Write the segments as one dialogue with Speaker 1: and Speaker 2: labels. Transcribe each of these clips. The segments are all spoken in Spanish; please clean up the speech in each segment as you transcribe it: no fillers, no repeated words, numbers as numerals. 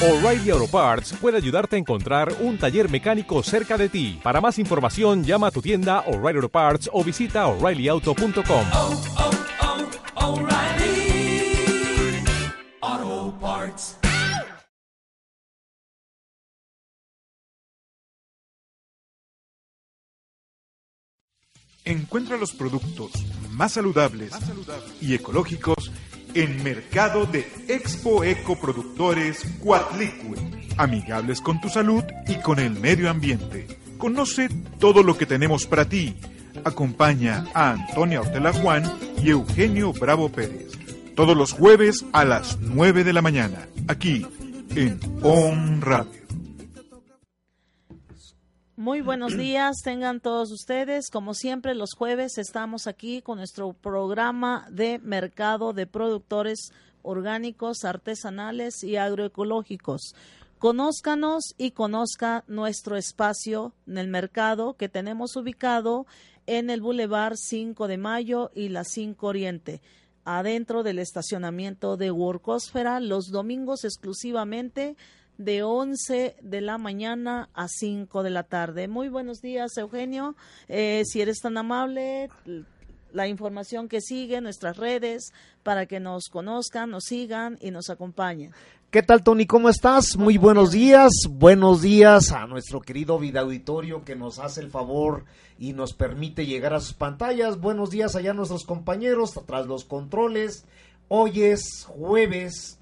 Speaker 1: O'Reilly Auto Parts puede ayudarte a encontrar un taller mecánico cerca de ti. Para más información, llama a tu tienda O'Reilly Auto Parts o visita O'ReillyAuto.com.
Speaker 2: O'Reilly Auto Parts.
Speaker 3: Encuentra los productos más saludables y ecológicos en Mercado de Expo Ecoproductores Coatlicue, amigables con tu salud y con el medio ambiente. Conoce todo lo que tenemos para ti. Acompaña a Antonia Ortela Juan y Eugenio Bravo Pérez, todos los jueves a las 9 de la mañana, aquí en On Radio.
Speaker 4: Muy buenos días, tengan todos ustedes. Como siempre, los jueves estamos aquí con nuestro programa de mercado de productores orgánicos, artesanales y agroecológicos. Conózcanos y conozca nuestro espacio en el mercado que tenemos ubicado en el Boulevard 5 de Mayo y la 5 Oriente, adentro del estacionamiento de Workosfera, los domingos exclusivamente de 11 de la mañana a 5 de la tarde. Muy buenos días, Eugenio. Si eres tan amable, la información que sigue en nuestras redes para que nos conozcan, nos sigan y nos acompañen.
Speaker 5: ¿Qué tal, Tony? ¿Cómo estás? Muy buenos días. Buenos días a nuestro querido videoauditorio que nos hace el favor y nos permite llegar a sus pantallas. Buenos días allá a nuestros compañeros tras los controles. Hoy es jueves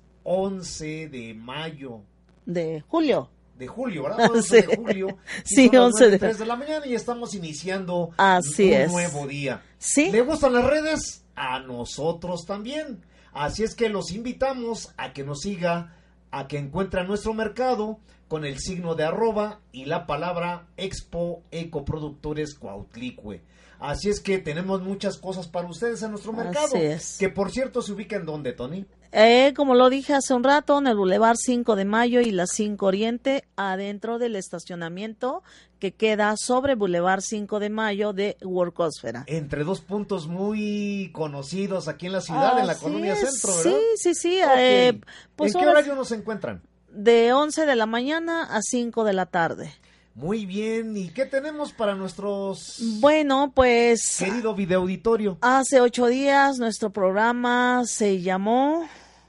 Speaker 5: 11 de mayo.
Speaker 4: De julio,
Speaker 5: ¿verdad? 11
Speaker 4: sí.
Speaker 5: de julio.
Speaker 4: Sí, 11 de
Speaker 5: 3 de la mañana y estamos iniciando
Speaker 4: Así
Speaker 5: un
Speaker 4: es.
Speaker 5: nuevo día.
Speaker 4: ¿Sí?
Speaker 5: ¿Le gustan las redes? A nosotros también. Así es que los invitamos a que nos siga, a que encuentre nuestro mercado con el signo de @ y la palabra Expo Ecoproductores Coatlicue. Así es que tenemos muchas cosas para ustedes en nuestro mercado.
Speaker 4: Así es.
Speaker 5: Que por cierto se ubica en ¿dónde, Tony?
Speaker 4: Como lo dije hace un rato, en el Boulevard 5 de Mayo y la 5 Oriente, adentro del estacionamiento que queda sobre Boulevard 5 de Mayo de Workosfera.
Speaker 5: Entre dos puntos muy conocidos aquí en la ciudad, en la colonia Centro, ¿verdad?
Speaker 4: Sí.
Speaker 5: Okay.
Speaker 4: Pues
Speaker 5: ¿En qué horario nos encuentran?
Speaker 4: De 11 de la mañana a 5 de la tarde.
Speaker 5: Muy bien, ¿y qué tenemos para nuestros...
Speaker 4: Bueno, pues...
Speaker 5: querido videoauditorio?
Speaker 4: Hace 8 días nuestro programa se llamó...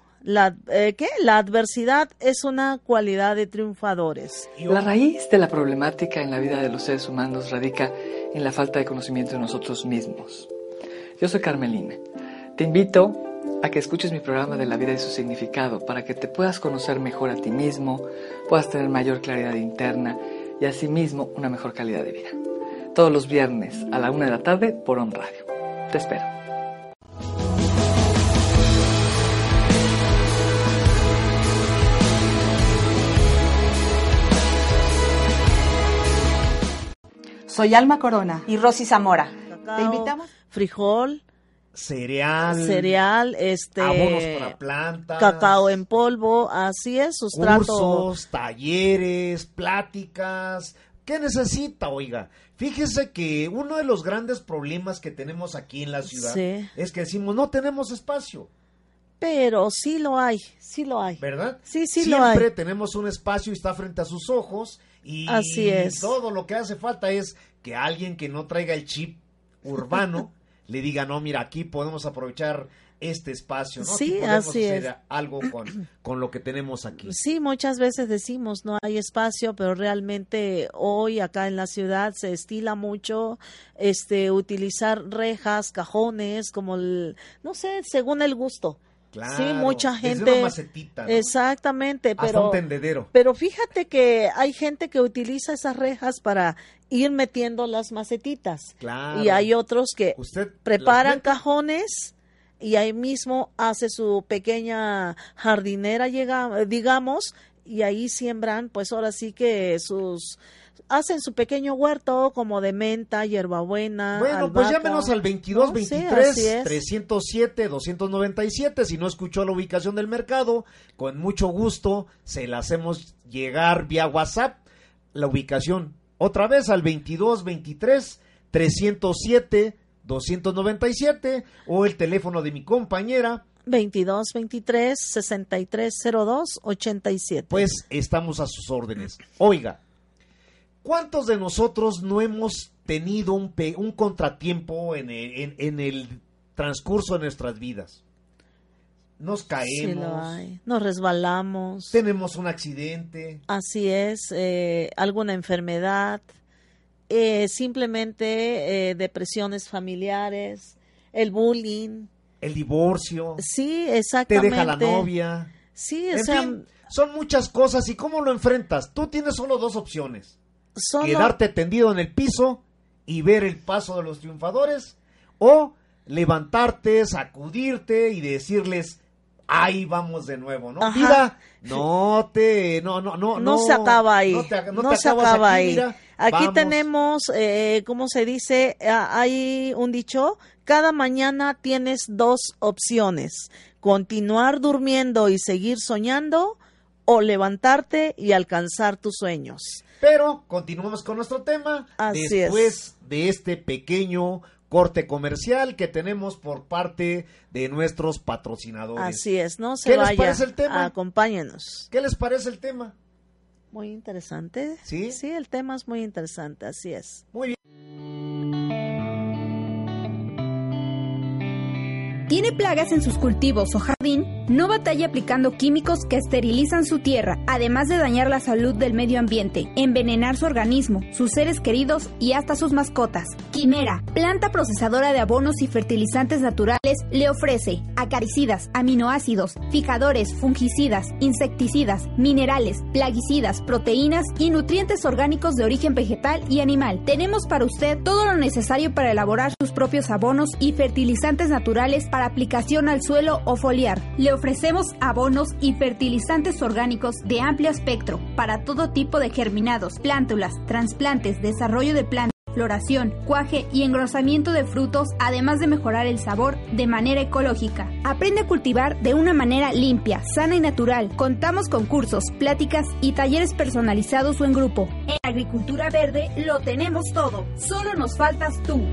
Speaker 4: La adversidad es una cualidad de triunfadores.
Speaker 6: La raíz de la problemática en la vida de los seres humanos radica en la falta de conocimiento de nosotros mismos. Yo soy Carmelina. Te invito a que escuches mi programa de la vida y su significado para que te puedas conocer mejor a ti mismo, puedas tener mayor claridad interna y asimismo una mejor calidad de vida. Todos los viernes a la 1 de la tarde por On Radio. Te espero.
Speaker 7: Soy Alma Corona
Speaker 8: y Rosy Zamora.
Speaker 4: Cacao,
Speaker 7: te invitamos.
Speaker 4: Frijol,
Speaker 5: cereal,
Speaker 4: abonos
Speaker 5: para plantas,
Speaker 4: cacao en polvo, así es, sustrato.
Speaker 5: Cursos, talleres, pláticas. ¿Qué necesita, oiga? Fíjese que uno de los grandes problemas que tenemos aquí en la ciudad es que decimos no tenemos espacio.
Speaker 4: Pero sí lo hay.
Speaker 5: ¿Verdad?
Speaker 4: Sí
Speaker 5: Siempre
Speaker 4: lo hay.
Speaker 5: Siempre tenemos un espacio y está frente a sus ojos y
Speaker 4: así es.
Speaker 5: Todo lo que hace falta es que alguien que no traiga el chip urbano le diga, no, mira, aquí podemos aprovechar este espacio, ¿no?
Speaker 4: Sí,
Speaker 5: aquí podemos
Speaker 4: así
Speaker 5: hacer
Speaker 4: es.
Speaker 5: Algo con lo que tenemos aquí.
Speaker 4: Sí, muchas veces decimos no hay espacio, pero realmente hoy acá en la ciudad se estila mucho utilizar rejas, cajones, como no sé, según el gusto.
Speaker 5: Claro,
Speaker 4: sí, mucha gente.
Speaker 5: Desde una macetita, ¿no?
Speaker 4: Exactamente,
Speaker 5: hasta un tendedero.
Speaker 4: Pero fíjate que hay gente que utiliza esas rejas para ir metiendo las macetitas.
Speaker 5: Claro.
Speaker 4: Y hay otros que preparan cajones y ahí mismo hace su pequeña jardinera, digamos, y ahí siembran, pues ahora sí que hacen su pequeño huerto como de menta, hierbabuena,
Speaker 5: bueno,
Speaker 4: albahaca.
Speaker 5: Pues llámenos al 2223-307-297. Si no escuchó la ubicación del mercado, con mucho gusto se la hacemos llegar vía WhatsApp. La ubicación, otra vez al 2223-307-297 o el teléfono de mi compañera
Speaker 4: 2223-6302-87.
Speaker 5: Pues estamos a sus órdenes. Oiga, ¿cuántos de nosotros no hemos tenido un contratiempo en el transcurso de nuestras vidas? Nos caemos,
Speaker 4: Sí lo hay. Nos resbalamos.
Speaker 5: tenemos un accidente,
Speaker 4: Así es, alguna enfermedad, simplemente depresiones familiares, el bullying.
Speaker 5: el divorcio,
Speaker 4: Sí,
Speaker 5: te
Speaker 4: exactamente.
Speaker 5: deja la novia.
Speaker 4: Sí, o
Speaker 5: En
Speaker 4: sea,
Speaker 5: fin, son muchas cosas. ¿Y cómo lo enfrentas? Tú tienes solo dos opciones.
Speaker 4: solo-
Speaker 5: Quedarte tendido en el piso y ver el paso de los triunfadores, o levantarte, sacudirte y decirles, ahí vamos de nuevo, ¿no?
Speaker 4: Ajá.
Speaker 5: Vida, no
Speaker 4: se acaba ahí.
Speaker 5: No
Speaker 4: No
Speaker 5: te
Speaker 4: se
Speaker 5: acabas
Speaker 4: acaba
Speaker 5: aquí,
Speaker 4: ahí.
Speaker 5: mira,
Speaker 4: Aquí
Speaker 5: vamos.
Speaker 4: tenemos, ¿cómo se dice? Hay un dicho, cada mañana tienes dos opciones, continuar durmiendo y seguir soñando o levantarte y alcanzar tus sueños.
Speaker 5: Pero continuamos con nuestro tema
Speaker 4: Así
Speaker 5: después de este pequeño corte comercial que tenemos por parte de nuestros patrocinadores.
Speaker 4: Así es, no se
Speaker 5: ¿Qué les
Speaker 4: vaya,
Speaker 5: parece el tema?
Speaker 4: acompáñenos.
Speaker 5: ¿Qué les parece el tema?
Speaker 4: Muy interesante.
Speaker 5: ¿Sí?
Speaker 4: Sí, el tema es muy interesante, así es.
Speaker 5: Muy bien.
Speaker 8: ¿Tiene plagas en sus cultivos o jardín? No batalla aplicando químicos que esterilizan su tierra, además de dañar la salud del medio ambiente, envenenar su organismo, sus seres queridos y hasta sus mascotas. Quimera, planta procesadora de abonos y fertilizantes naturales, le ofrece acaricidas, aminoácidos, fijadores, fungicidas, insecticidas, minerales, plaguicidas, proteínas y nutrientes orgánicos de origen vegetal y animal. Tenemos para usted todo lo necesario para elaborar sus propios abonos y fertilizantes naturales para aplicación al suelo o foliar. Le ofrecemos abonos y fertilizantes orgánicos de amplio espectro para todo tipo de germinados, plántulas, trasplantes, desarrollo de plantas, floración, cuaje y engrosamiento de frutos, además de mejorar el sabor de manera ecológica. Aprende a cultivar de una manera limpia, sana y natural. Contamos con cursos, pláticas y talleres personalizados o en grupo. En Agricultura Verde lo tenemos todo. Solo nos faltas tú.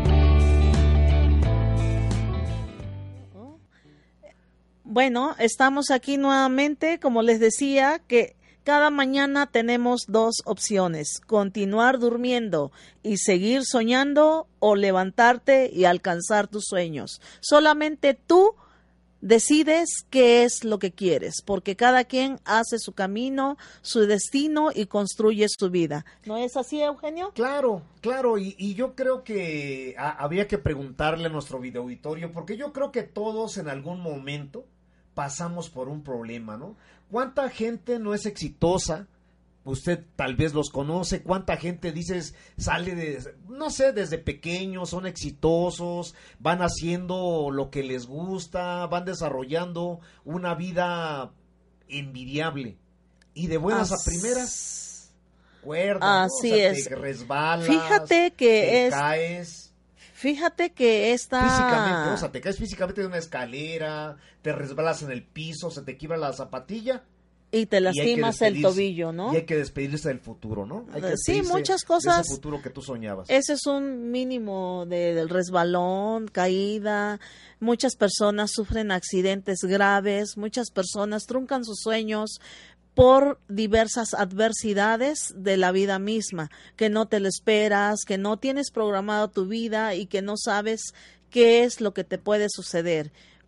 Speaker 4: Bueno, estamos aquí nuevamente, como les decía, que cada mañana tenemos dos opciones, continuar durmiendo y seguir soñando o levantarte y alcanzar tus sueños. Solamente tú decides qué es lo que quieres, porque cada quien hace su camino, su destino y construye su vida. ¿No es así, Eugenio?
Speaker 5: Claro, y yo creo que habría que preguntarle a nuestro videoauditorio, porque yo creo que todos en algún momento pasamos por un problema, ¿no? ¿Cuánta gente no es exitosa? Usted tal vez los conoce. ¿Cuánta gente dices sale de, no sé, desde pequeños, son exitosos, van haciendo lo que les gusta, van desarrollando una vida envidiable y de buenas a primeras cuerdas, ¿no?
Speaker 4: Así
Speaker 5: O sea,
Speaker 4: es.
Speaker 5: te resbalas,
Speaker 4: Fíjate que
Speaker 5: te caes.
Speaker 4: Fíjate que
Speaker 5: Físicamente, o sea, te caes físicamente de una escalera, te resbalas en el piso, se te quiebra la zapatilla.
Speaker 4: y te
Speaker 5: y hay que
Speaker 4: lastimas el
Speaker 5: despedirse-
Speaker 4: tobillo, ¿no?
Speaker 5: Y hay que despedirse del futuro, ¿no? Hay que
Speaker 4: Sí,
Speaker 5: despedirse
Speaker 4: muchas
Speaker 5: de
Speaker 4: cosas.
Speaker 5: ese futuro que tú soñabas.
Speaker 4: Ese es un mínimo del resbalón, caída. Muchas personas sufren accidentes graves, muchas personas truncan sus sueños por diversas adversidades de la vida misma, que no te lo esperas, que no tienes programado tu vida y que no sabes qué es lo que te puede suceder.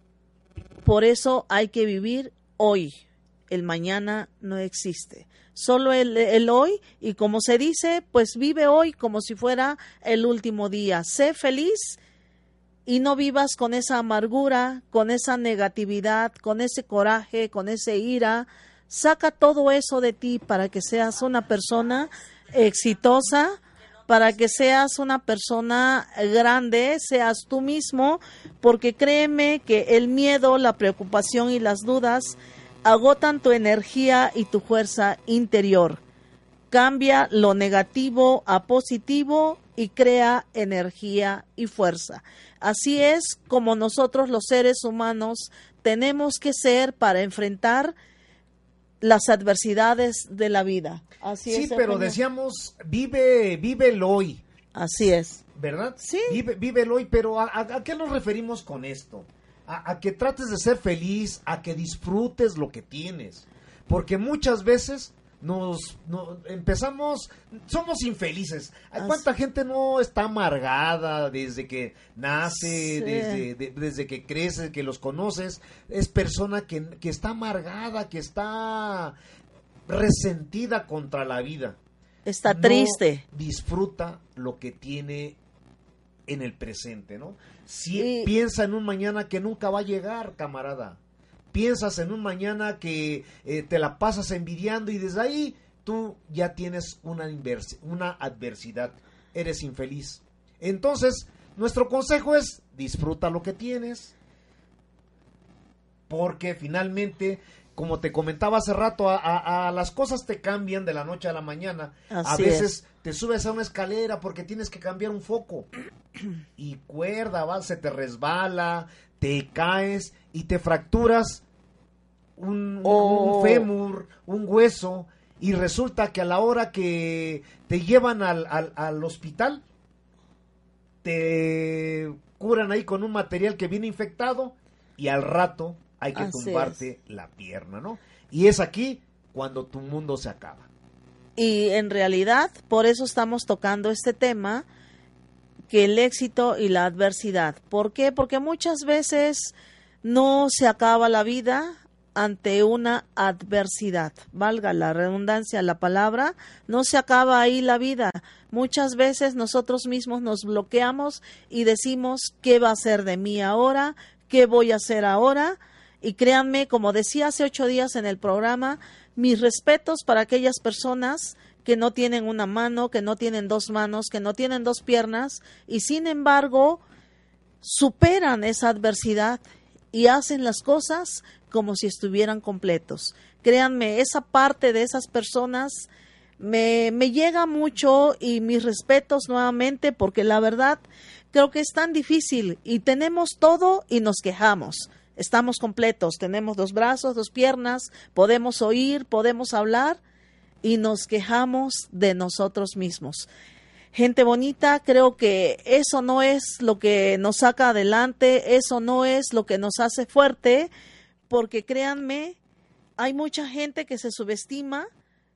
Speaker 4: Por eso hay que vivir hoy. El mañana no existe. Solo el hoy, y como se dice, pues vive hoy como si fuera el último día. Sé feliz y no vivas con esa amargura, con esa negatividad, con ese coraje, con ese ira. Saca todo eso de ti para que seas una persona exitosa, para que seas una persona grande, seas tú mismo, porque créeme que el miedo, la preocupación y las dudas agotan tu energía y tu fuerza interior. Cambia lo negativo a positivo y crea energía y fuerza. Así es como nosotros los seres humanos tenemos que ser para enfrentar las adversidades de la vida. Así
Speaker 5: Sí,
Speaker 4: es,
Speaker 5: pero
Speaker 4: Eugenio.
Speaker 5: decíamos, vive el hoy,
Speaker 4: Así es.
Speaker 5: ¿verdad?
Speaker 4: Sí.
Speaker 5: Vive el hoy, pero ¿a qué nos referimos con esto? a que trates de ser feliz, a que disfrutes lo que tienes. Porque muchas veces somos infelices. ¿Cuánta gente no está amargada desde que nace, desde que crece, que los conoces? Es persona que está amargada, que está resentida contra la vida.
Speaker 4: Está triste.
Speaker 5: Disfruta lo que tiene en el presente, ¿no? Piensa en un mañana que nunca va a llegar, camarada. Piensas en un mañana que te la pasas envidiando y desde ahí tú ya tienes una adversidad, eres infeliz. Entonces, nuestro consejo es disfruta lo que tienes, porque finalmente, como te comentaba hace rato, a las cosas te cambian de la noche a la mañana. A veces te subes a una escalera porque tienes que cambiar un foco y se te resbala, te caes y te fracturas un fémur, un hueso, y resulta que a la hora que te llevan al hospital, te curan ahí con un material que viene infectado y al rato hay que tumbarte la pierna, ¿no? Y es aquí cuando tu mundo se acaba.
Speaker 4: Y en realidad, por eso estamos tocando este tema, que el éxito y la adversidad. ¿Por qué? Porque muchas veces no se acaba la vida ante una adversidad, valga la redundancia la palabra, no se acaba ahí la vida. Muchas veces nosotros mismos nos bloqueamos y decimos, ¿qué va a ser de mí ahora? ¿Qué voy a hacer ahora? Y créanme, como decía hace 8 días en el programa, mis respetos para aquellas personas que no tienen una mano, que no tienen 2 manos, que no tienen 2 piernas, y sin embargo superan esa adversidad y hacen las cosas como si estuvieran completos. Créanme, esa parte de esas personas me llega mucho, y mis respetos nuevamente, porque la verdad creo que es tan difícil y tenemos todo y nos quejamos. Estamos completos, tenemos 2 brazos, 2 piernas, podemos oír, podemos hablar y nos quejamos de nosotros mismos. Gente bonita, creo que eso no es lo que nos saca adelante, eso no es lo que nos hace fuerte, porque créanme, hay mucha gente que se subestima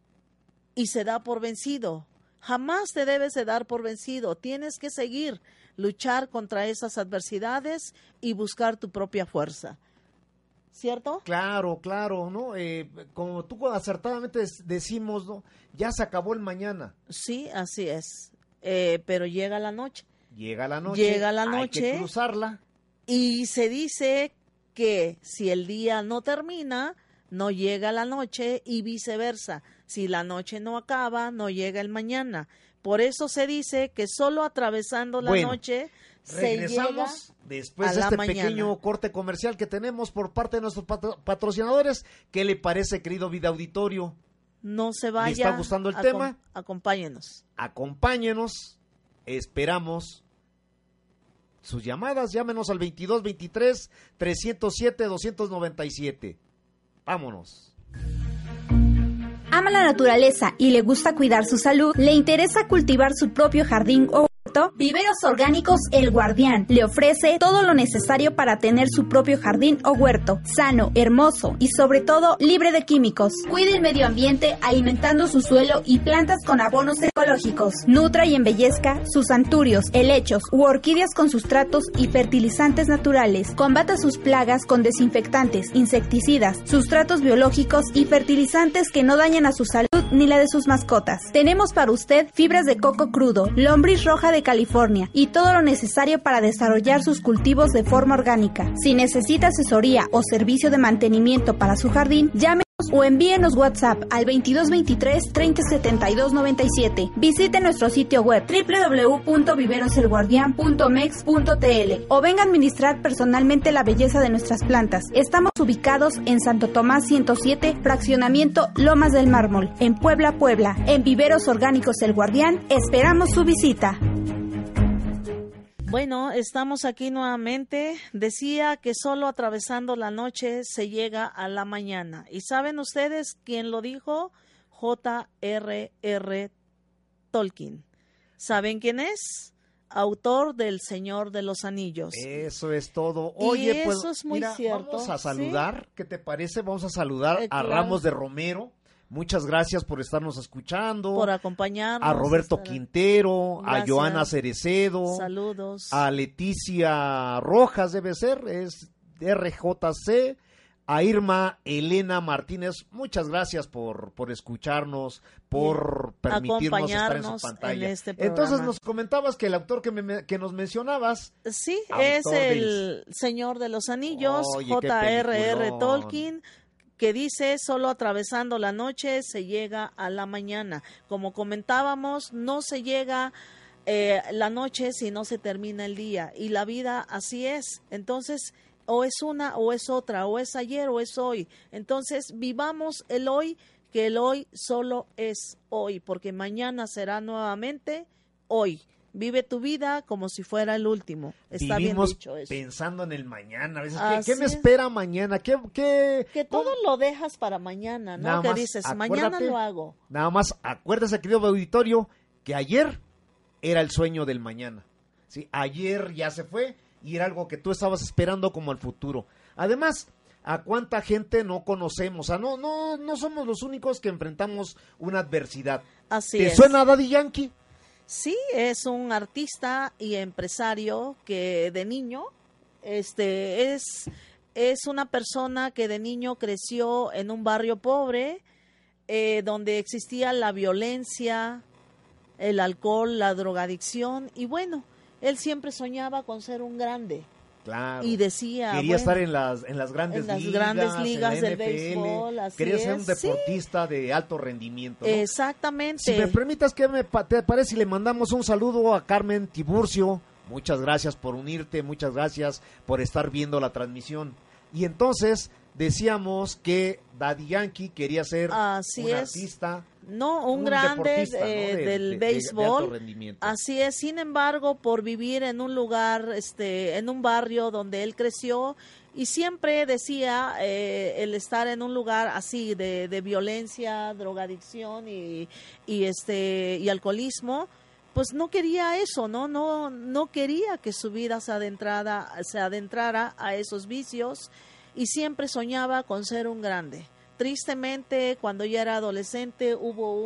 Speaker 4: y se da por vencido. Jamás te debes de dar por vencido, tienes que seguir, luchar contra esas adversidades y buscar tu propia fuerza. ¿Cierto?
Speaker 5: Claro, ¿no? Como tú acertadamente decimos, ¿no? Ya se acabó el mañana.
Speaker 4: Sí, así es. Pero llega la noche.
Speaker 5: Llega la noche. Hay que cruzarla.
Speaker 4: Y se dice que si el día no termina, no llega la noche, y viceversa. Si la noche no acaba, no llega el mañana. Por eso se dice que solo atravesando la noche
Speaker 5: regresamos
Speaker 4: se llega
Speaker 5: después
Speaker 4: a
Speaker 5: de
Speaker 4: la
Speaker 5: este
Speaker 4: mañana.
Speaker 5: pequeño corte comercial que tenemos por parte de nuestros patrocinadores. ¿Qué le parece, querido vida auditorio?
Speaker 4: No se vaya.
Speaker 5: ¿Le está gustando el tema?
Speaker 4: Acompáñenos.
Speaker 5: Acompáñenos. Esperamos sus llamadas. Llámenos al 2223-307-297. Vámonos.
Speaker 8: Ama la naturaleza y le gusta cuidar su salud, le interesa cultivar su propio jardín o huerto, Viveros Orgánicos El Guardián le ofrece todo lo necesario para tener su propio jardín o huerto, sano, hermoso y sobre todo libre de químicos. Cuide el medio ambiente alimentando su suelo y plantas con abonos ecológicos. Nutra y embellezca sus anturios, helechos u orquídeas con sustratos y fertilizantes naturales. Combata sus plagas con desinfectantes, insecticidas, sustratos biológicos y fertilizantes que no dañan a su salud ni la de sus mascotas. Tenemos para usted fibras de coco crudo, lombriz roja de California y todo lo necesario para desarrollar sus cultivos de forma orgánica. Si necesita asesoría o servicio de mantenimiento para su jardín, llámenos o envíenos WhatsApp al 2223-307297. Visite nuestro sitio web www.viveroselguardian.mex.tl o venga a administrar personalmente la belleza de nuestras plantas. Estamos ubicados en Santo Tomás 107, fraccionamiento Lomas del Mármol, en Puebla, Puebla. En Viveros Orgánicos El Guardián, esperamos su visita.
Speaker 4: Bueno, estamos aquí nuevamente. Decía que solo atravesando la noche se llega a la mañana. ¿Y saben ustedes quién lo dijo? J.R.R. Tolkien. ¿Saben quién es? autor del Señor de los Anillos.
Speaker 5: Eso es todo. Oye,
Speaker 4: y
Speaker 5: pues
Speaker 4: eso es muy
Speaker 5: mira,
Speaker 4: cierto.
Speaker 5: vamos a saludar, ¿sí? ¿Qué te parece? Vamos a saludar a
Speaker 4: claro.
Speaker 5: Ramos de Romero. Muchas gracias por estarnos escuchando.
Speaker 4: Por acompañarnos.
Speaker 5: A Roberto Quintero,
Speaker 4: gracias.
Speaker 5: a Joana Cerecedo.
Speaker 4: Saludos.
Speaker 5: A Leticia Rojas, debe ser, es RJC. A Irma Elena Martínez, muchas gracias por escucharnos, por permitirnos estar en su pantalla.
Speaker 4: En este programa.
Speaker 5: Entonces nos comentabas que el autor que nos mencionabas.
Speaker 4: Sí, es el Señor de los Anillos, J.R.R. Tolkien, que dice, solo atravesando la noche se llega a la mañana. Como comentábamos, no se llega la noche si no se termina el día, y la vida así es. Entonces, o es una o es otra, o es ayer o es hoy. Entonces, vivamos el hoy, que el hoy solo es hoy, porque mañana será nuevamente hoy. Vive tu vida como si fuera el último. Está
Speaker 5: Vivimos
Speaker 4: bien dicho eso.
Speaker 5: Pensando en el mañana. A veces, ¿qué me
Speaker 4: es.
Speaker 5: espera mañana? Que
Speaker 4: todo lo dejas para mañana, ¿no?
Speaker 5: Nada
Speaker 4: Que
Speaker 5: más,
Speaker 4: dices, mañana lo hago.
Speaker 5: Nada más acuérdese, querido auditorio, que ayer era el sueño del mañana. ¿Sí? Ayer ya se fue y era algo que tú estabas esperando como el futuro. Además, ¿a cuánta gente no conocemos? O sea, no somos los únicos que enfrentamos una adversidad.
Speaker 4: Así
Speaker 5: ¿Te
Speaker 4: es.
Speaker 5: suena Daddy Yankee?
Speaker 4: Sí, es un artista y empresario que de niño es una persona que de niño creció en un barrio pobre donde existía la violencia, el alcohol, la drogadicción, y bueno, él siempre soñaba con ser un grande.
Speaker 5: Claro.
Speaker 4: Y decía,
Speaker 5: quería estar en las grandes ligas, en la
Speaker 4: del
Speaker 5: NFL,
Speaker 4: béisbol, así
Speaker 5: quería ser un
Speaker 4: es,
Speaker 5: deportista de alto rendimiento, ¿no?
Speaker 4: Exactamente.
Speaker 5: Si me permitas, ¿qué te parece si le mandamos un saludo a Carmen Tiburcio? Muchas gracias por unirte, muchas gracias por estar viendo la transmisión. Y entonces decíamos que Daddy Yankee quería ser un artista.
Speaker 4: No, un grande del béisbol.
Speaker 5: De alto rendimiento.
Speaker 4: Así es. Sin embargo, por vivir en un lugar, en un barrio donde él creció, y siempre decía el estar en un lugar así de violencia, drogadicción y alcoholismo, pues no quería eso, no quería que su vida se adentrara a esos vicios, y siempre soñaba con ser un grande. Tristemente, cuando ya era adolescente, hubo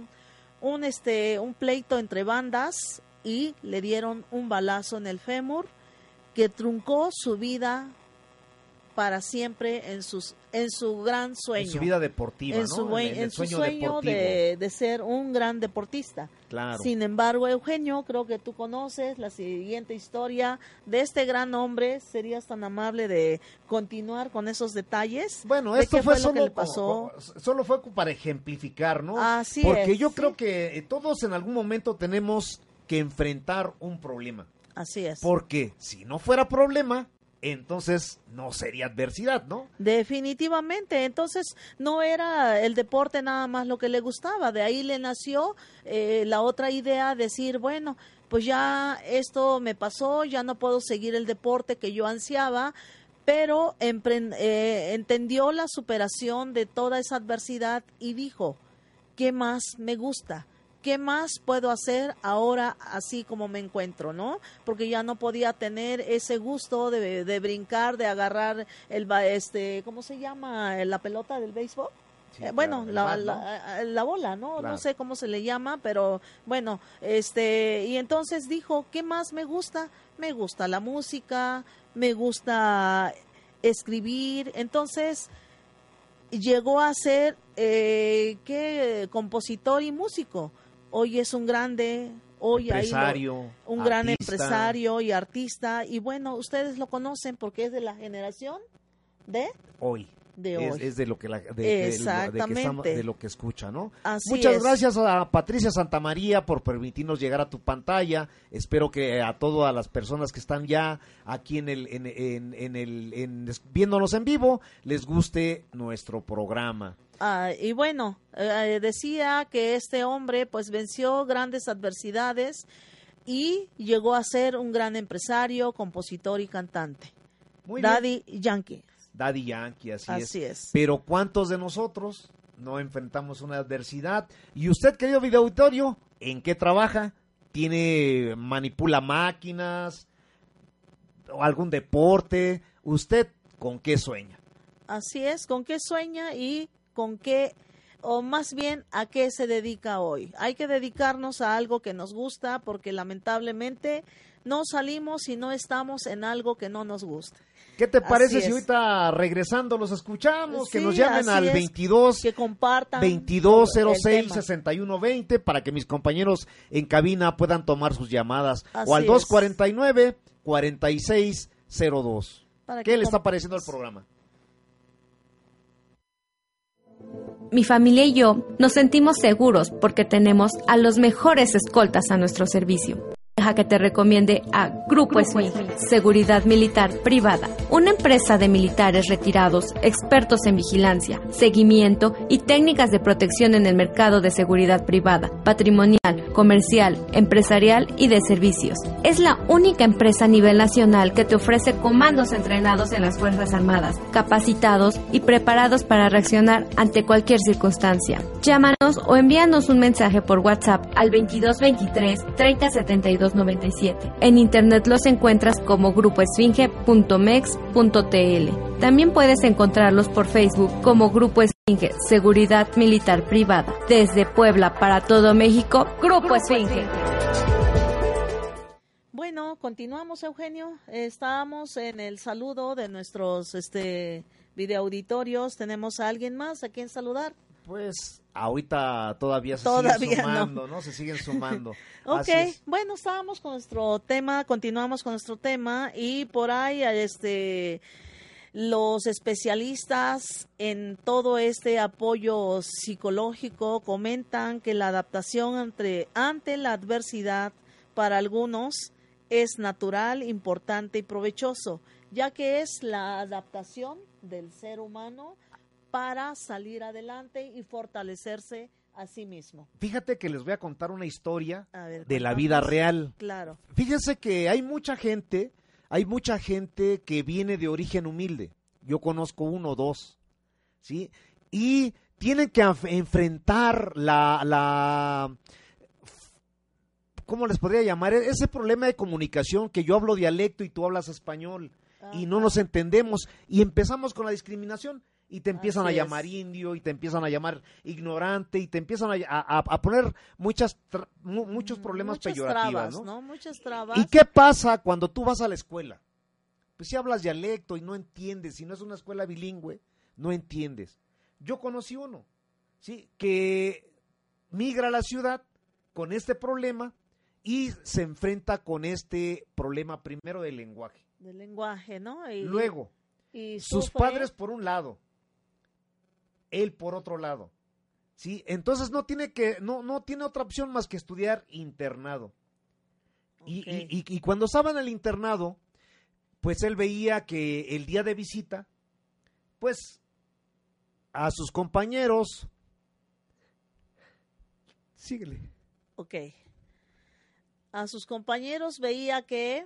Speaker 4: un pleito entre bandas y le dieron un balazo en el fémur que truncó su vida para siempre en su gran sueño.
Speaker 5: En su vida deportiva,
Speaker 4: en su,
Speaker 5: ¿no?
Speaker 4: En su sueño de ser un gran deportista.
Speaker 5: Claro.
Speaker 4: Sin embargo, Eugenio, creo que tú conoces la siguiente historia de este gran hombre. ¿Serías tan amable de continuar con esos detalles?
Speaker 5: Bueno, esto fue solo fue para ejemplificar, ¿no?
Speaker 4: Así
Speaker 5: Porque
Speaker 4: es,
Speaker 5: yo
Speaker 4: sí.
Speaker 5: creo que todos en algún momento tenemos que enfrentar un problema.
Speaker 4: Así es.
Speaker 5: Porque si no fuera problema, entonces no sería adversidad, ¿no?
Speaker 4: Definitivamente. Entonces no era el deporte nada más lo que le gustaba. De ahí le nació la otra idea, decir, bueno, pues ya esto me pasó, ya no puedo seguir el deporte que yo ansiaba, pero entendió la superación de toda esa adversidad y dijo, ¿qué más me gusta? ¿Qué más puedo hacer ahora así como me encuentro, no? Porque ya no podía tener ese gusto de brincar, de agarrar ¿cómo se llama? La pelota del béisbol.
Speaker 5: Sí,
Speaker 4: Bueno,
Speaker 5: claro,
Speaker 4: la bola, ¿no?
Speaker 5: Claro.
Speaker 4: No sé cómo se le llama, pero bueno, y entonces dijo, ¿qué más me gusta? Me gusta la música, me gusta escribir. Entonces llegó a ser compositor y músico. Hoy es un grande, un gran empresario y artista, y bueno, ustedes lo conocen porque es de la generación de
Speaker 5: hoy. Es de lo que de lo que escucha, ¿no? Muchas gracias a Patricia Santamaría por permitirnos llegar a tu pantalla. Espero que a todas las personas que están ya aquí viéndonos en vivo les guste nuestro programa.
Speaker 4: Y bueno, decía que este hombre pues venció grandes adversidades y llegó a ser un gran empresario, compositor y cantante. Daddy Yankee.
Speaker 5: Daddy Yankee,
Speaker 4: así es.
Speaker 5: Pero ¿cuántos de nosotros no enfrentamos una adversidad? Y usted, querido video auditorio, ¿en qué trabaja? manipula máquinas o algún deporte. ¿Usted con qué sueña?
Speaker 4: Así es, ¿con qué sueña y con qué, o más bien a qué se dedica hoy? Hay que dedicarnos a algo que nos gusta, porque lamentablemente no salimos si no estamos en algo que no nos gusta.
Speaker 5: ¿Qué te parece
Speaker 4: Así
Speaker 5: si
Speaker 4: es.
Speaker 5: ahorita regresando los escuchamos? Que
Speaker 4: Sí,
Speaker 5: nos llamen
Speaker 4: así
Speaker 5: al
Speaker 4: es.
Speaker 5: 22
Speaker 4: Que compartan
Speaker 5: 2206
Speaker 4: el tema.
Speaker 5: 6120 para que mis compañeros en cabina puedan tomar sus llamadas.
Speaker 4: Así
Speaker 5: O al
Speaker 4: es.
Speaker 5: 249 4602.
Speaker 4: Para
Speaker 5: ¿Qué
Speaker 4: que
Speaker 5: le está
Speaker 4: com-
Speaker 5: pareciendo el programa?
Speaker 9: Mi familia y yo nos sentimos seguros porque tenemos a los mejores escoltas a nuestro servicio. Deja que te recomiende a Grupo Esfinge, Seguridad Militar Privada, una empresa de militares retirados, expertos en vigilancia, seguimiento y técnicas de protección en el mercado de seguridad privada, patrimonial, comercial, empresarial y de servicios. Es la única empresa a nivel nacional que te ofrece comandos entrenados en las Fuerzas Armadas, capacitados y preparados para reaccionar ante cualquier circunstancia. Llámanos o envíanos un mensaje por WhatsApp al 2223 3072 97. En internet los encuentras como grupoesfinge.mex.tl. También puedes encontrarlos por Facebook como Grupo Esfinge, Seguridad Militar Privada. Desde Puebla para todo México, Grupo Esfinge.
Speaker 4: Bueno, continuamos, Eugenio. Estábamos en el saludo de nuestros videoauditorios. ¿Tenemos a alguien más a quien saludar?
Speaker 5: Pues ahorita todavía se
Speaker 4: Todavía
Speaker 5: siguen sumando, ¿no? Se siguen sumando.
Speaker 4: Ok,
Speaker 5: Así es.
Speaker 4: bueno, estábamos con nuestro tema, continuamos con nuestro tema y por ahí los especialistas en todo este apoyo psicológico comentan que la adaptación ante la adversidad para algunos es natural, importante y provechoso, ya que es la adaptación del ser humano para salir adelante y fortalecerse a sí mismo.
Speaker 5: Fíjate que les voy a contar una historia
Speaker 4: A ver,
Speaker 5: de la
Speaker 4: cuéntanos.
Speaker 5: vida real.
Speaker 4: Claro.
Speaker 5: Fíjense que hay mucha gente que viene de origen humilde. Yo conozco 1 o 2, ¿sí? Y tienen que enfrentar ¿cómo les podría llamar? Ese problema de comunicación, que yo hablo dialecto y tú hablas español y no nos entendemos y empezamos con la discriminación. Y te empiezan
Speaker 4: Así
Speaker 5: a llamar
Speaker 4: es.
Speaker 5: indio, y te empiezan a llamar ignorante, y te empiezan a poner muchos problemas
Speaker 4: Muchas
Speaker 5: peyorativas,
Speaker 4: trabas,
Speaker 5: ¿no?
Speaker 4: Muchas trabas.
Speaker 5: ¿Y qué pasa cuando tú vas a la escuela? Pues si hablas dialecto y no entiendes, si no es una escuela bilingüe, no entiendes. Yo conocí uno, ¿sí? Que migra a la ciudad con este problema y se enfrenta con este problema primero del lenguaje.
Speaker 4: Del lenguaje, ¿no?
Speaker 5: Luego,
Speaker 4: y
Speaker 5: sus
Speaker 4: sufre.
Speaker 5: padres por un lado, él por otro lado, ¿sí? Entonces no tiene otra opción más que estudiar internado.
Speaker 4: Okay.
Speaker 5: Y cuando estaba en el internado, pues él veía que el día de visita, pues a sus compañeros, síguele.
Speaker 4: Ok. A sus compañeros veía que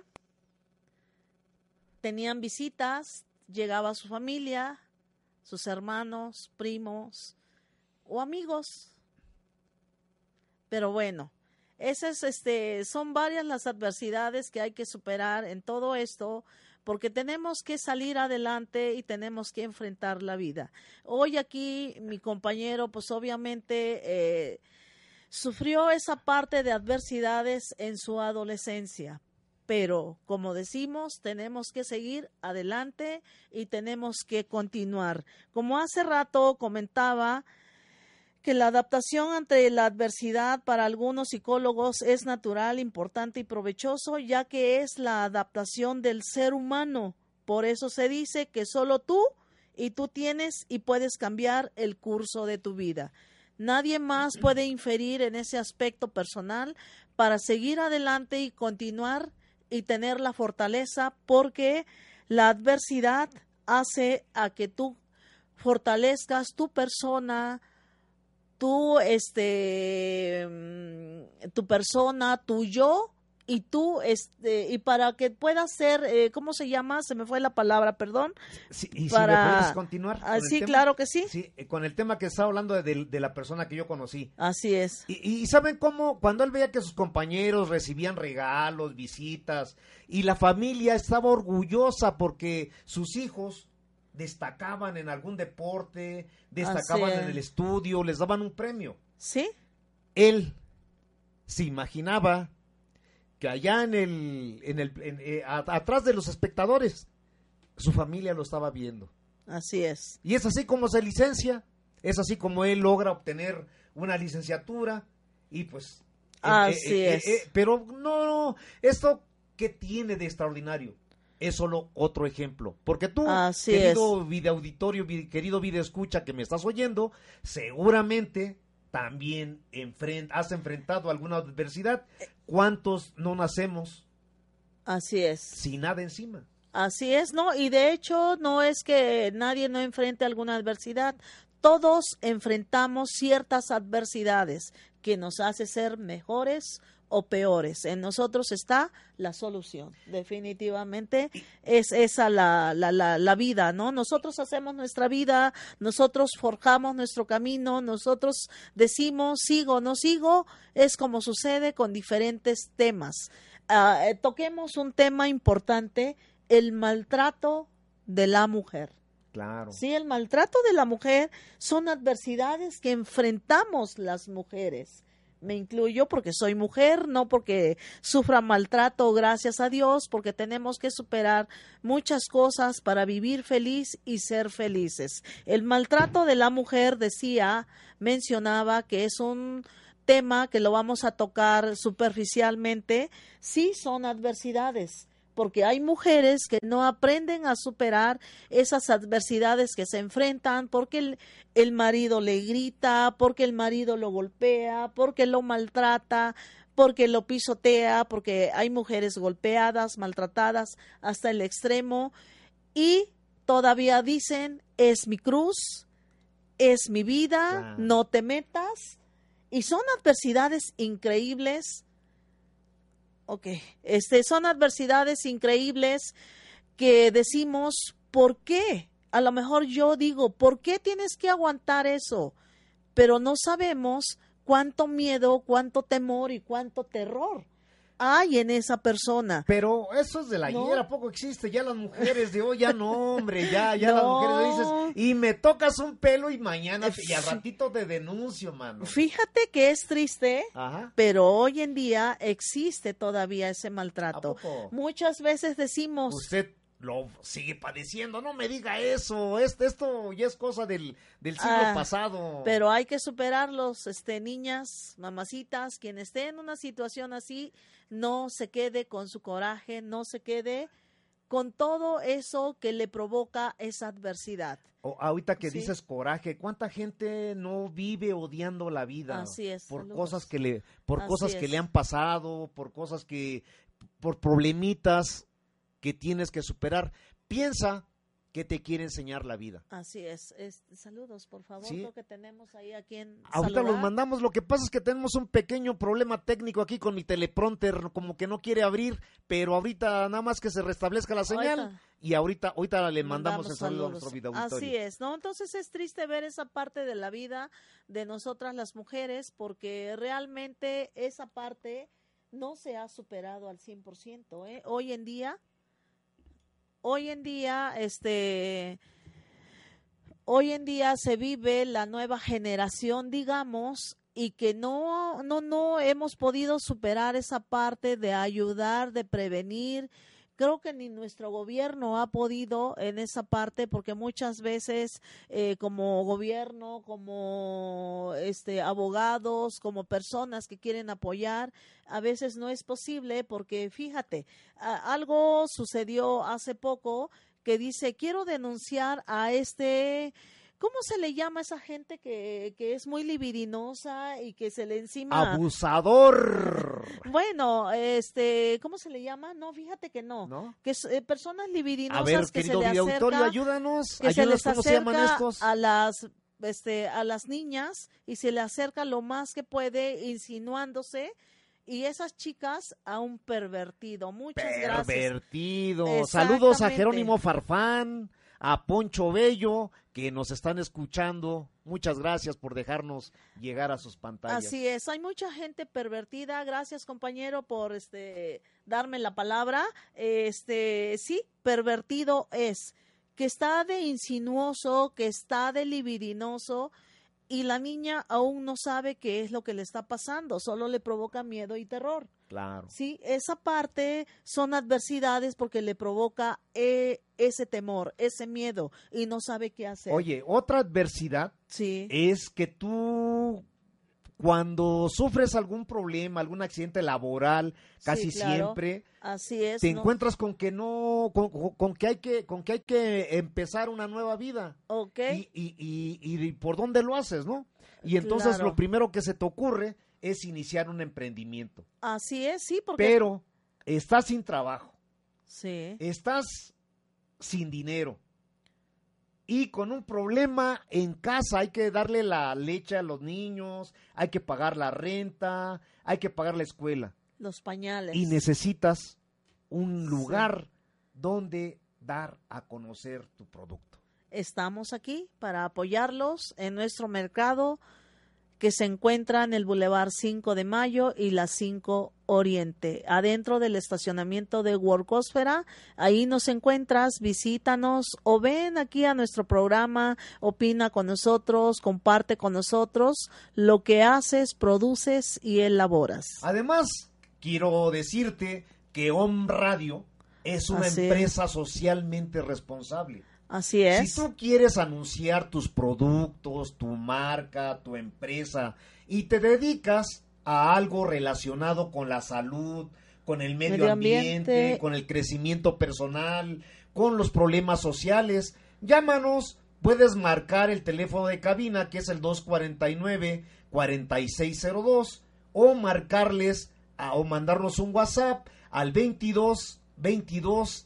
Speaker 4: tenían visitas, llegaba su familia, sus hermanos, primos o amigos. Pero bueno, son varias las adversidades que hay que superar en todo esto, porque tenemos que salir adelante y tenemos que enfrentar la vida. Hoy aquí mi compañero, pues obviamente sufrió esa parte de adversidades en su adolescencia. Pero, como decimos, tenemos que seguir adelante y tenemos que continuar. Como hace rato comentaba, que la adaptación ante la adversidad para algunos psicólogos es natural, importante y provechoso, ya que es la adaptación del ser humano. Por eso se dice que solo tú tienes y puedes cambiar el curso de tu vida. Nadie más puede inferir en ese aspecto personal para seguir adelante y continuar y tener la fortaleza, porque la adversidad hace a que tú fortalezcas tu persona, tu persona, tu yo, y tú, y para que puedas ser, ¿cómo se llama? Se me fue la palabra, perdón.
Speaker 5: Sí, y
Speaker 4: para...
Speaker 5: si me puedes continuar.
Speaker 4: Sí, claro que sí.
Speaker 5: Sí, con el tema que estaba hablando de la persona que yo conocí.
Speaker 4: Así es.
Speaker 5: Y ¿saben cómo? Cuando él veía que sus compañeros recibían regalos, visitas, y la familia estaba orgullosa porque sus hijos destacaban en algún deporte, destacaban en el estudio, les daban un premio.
Speaker 4: ¿Sí?
Speaker 5: Él se imaginaba que allá atrás de los espectadores, su familia lo estaba viendo.
Speaker 4: Así es.
Speaker 5: Y es así como se licencia, es así como él logra obtener una licenciatura y pues...
Speaker 4: Así es.
Speaker 5: Pero no, esto ¿qué tiene de extraordinario? Es solo otro ejemplo. Porque tú, querido videoauditorio, querido videoescucha que me estás oyendo, seguramente también has enfrentado alguna adversidad. ¿Cuántos no nacemos?
Speaker 4: Así es.
Speaker 5: Sin nada encima.
Speaker 4: Así es, ¿no? Y de hecho no es que nadie no enfrente alguna adversidad. Todos enfrentamos ciertas adversidades que nos hace ser mejores o peores. En nosotros está la solución. Definitivamente es esa la vida, ¿no? Nosotros hacemos nuestra vida, nosotros forjamos nuestro camino, nosotros decimos sigo o no sigo, es como sucede con diferentes temas. Toquemos un tema importante, el maltrato de la mujer.
Speaker 5: Claro.
Speaker 4: Sí, el maltrato de la mujer son adversidades que enfrentamos las mujeres. Me incluyo porque soy mujer, no porque sufra maltrato, gracias a Dios, porque tenemos que superar muchas cosas para vivir feliz y ser felices. El maltrato de la mujer, mencionaba que es un tema que lo vamos a tocar superficialmente. Sí, son adversidades, porque hay mujeres que no aprenden a superar esas adversidades que se enfrentan, porque el marido le grita, porque el marido lo golpea, porque lo maltrata, porque lo pisotea, porque hay mujeres golpeadas, maltratadas hasta el extremo, y todavía dicen, es mi cruz, es mi vida, no te metas, y son adversidades increíbles. Son adversidades increíbles que decimos, ¿por qué? A lo mejor yo digo, ¿por qué tienes que aguantar eso? Pero no sabemos cuánto miedo, cuánto temor y cuánto terror hay en esa persona.
Speaker 5: Pero eso es de la ayer, ¿a poco existe? Ya las mujeres de hoy, ya no, hombre, ya
Speaker 4: no.
Speaker 5: Las mujeres dices, y me tocas un pelo y mañana, y al ratito te denuncio, mano.
Speaker 4: Fíjate que es triste,
Speaker 5: Ajá.
Speaker 4: Pero hoy en día existe todavía ese maltrato. Muchas veces decimos...
Speaker 5: Usted lo sigue padeciendo, no me diga eso, esto ya es cosa del siglo pasado.
Speaker 4: Pero hay que superarlos, niñas, mamacitas, quien esté en una situación así, no se quede con su coraje, no se quede con todo eso que le provoca esa adversidad.
Speaker 5: Ahorita que dices coraje, ¿cuánta gente no vive odiando la vida?
Speaker 4: Así es.
Speaker 5: Por cosas que le han pasado, por problemitas que tienes que superar. Piensa que te quiere enseñar la vida.
Speaker 4: Así es. Saludos, por favor,
Speaker 5: ¿sí?
Speaker 4: Creo que tenemos ahí a quien
Speaker 5: ahorita
Speaker 4: saludar.
Speaker 5: los mandamos, lo que pasa es que tenemos un pequeño problema técnico aquí con mi teleprompter, como que no quiere abrir, pero ahorita nada más que se restablezca la señal y ahorita le mandamos el saludo a nuestro video auditorio.
Speaker 4: Así es, ¿no? Entonces es triste ver esa parte de la vida de nosotras las mujeres, porque realmente esa parte no se ha superado al 100%, ¿eh? Hoy en día, se vive la nueva generación, digamos, y que no hemos podido superar esa parte de ayudar, de prevenir. Creo que ni nuestro gobierno ha podido en esa parte, porque muchas veces como gobierno, como abogados, como personas que quieren apoyar, a veces no es posible, porque fíjate, algo sucedió hace poco que dice, quiero denunciar a ¿cómo se le llama a esa gente que es muy libidinosa y que se le encima?
Speaker 5: ¡Abusador!
Speaker 4: Bueno, ¿cómo se le llama? No, fíjate que no. Que personas libidinosas,
Speaker 5: a ver,
Speaker 4: que
Speaker 5: querido videoauditorio, ayúdanos.
Speaker 4: Que se les
Speaker 5: ¿cómo se llaman
Speaker 4: acerca
Speaker 5: estos?
Speaker 4: a las niñas y se le acerca lo más que puede, insinuándose y esas chicas a un pervertido. Muchas gracias.
Speaker 5: Pervertido. Saludos a Jerónimo Farfán, a Poncho Bello, que nos están escuchando. Muchas gracias por dejarnos llegar a sus pantallas.
Speaker 4: Así es, hay mucha gente pervertida. Gracias, compañero, por darme la palabra. Sí, pervertido es que está de insinuoso, que está de libidinoso, y la niña aún no sabe qué es lo que le está pasando, solo le provoca miedo y terror.
Speaker 5: Claro.
Speaker 4: Sí, esa parte son adversidades porque le provoca ese temor, ese miedo, y no sabe qué hacer.
Speaker 5: Oye, otra adversidad es que tú, cuando sufres algún problema, algún accidente laboral, casi siempre,
Speaker 4: así es,
Speaker 5: te encuentras con que con que hay que empezar una nueva vida.
Speaker 4: Okay.
Speaker 5: Y por dónde lo haces, ¿no? Y entonces lo primero que se te ocurre es iniciar un emprendimiento.
Speaker 4: Así es, sí, porque...
Speaker 5: Pero estás sin trabajo.
Speaker 4: Sí.
Speaker 5: Estás sin dinero. Y con un problema en casa, hay que darle la leche a los niños, hay que pagar la renta, hay que pagar la escuela.
Speaker 4: Los pañales.
Speaker 5: Y necesitas un lugar donde dar a conocer tu producto.
Speaker 4: Estamos aquí para apoyarlos en nuestro mercado que se encuentra en el Boulevard 5 de Mayo y la 5 Oriente, adentro del estacionamiento de Workósfera. Ahí nos encuentras, visítanos o ven aquí a nuestro programa, opina con nosotros, comparte con nosotros lo que haces, produces y elaboras.
Speaker 5: Además, quiero decirte que Om Radio es una empresa socialmente responsable.
Speaker 4: Así es.
Speaker 5: Si tú quieres anunciar tus productos, tu marca, tu empresa y te dedicas a algo relacionado con la salud, con el medio ambiente, con el crecimiento personal, con los problemas sociales, llámanos, puedes marcar el teléfono de cabina que es el 249-4602 o marcarles o mandarnos un WhatsApp al 22 06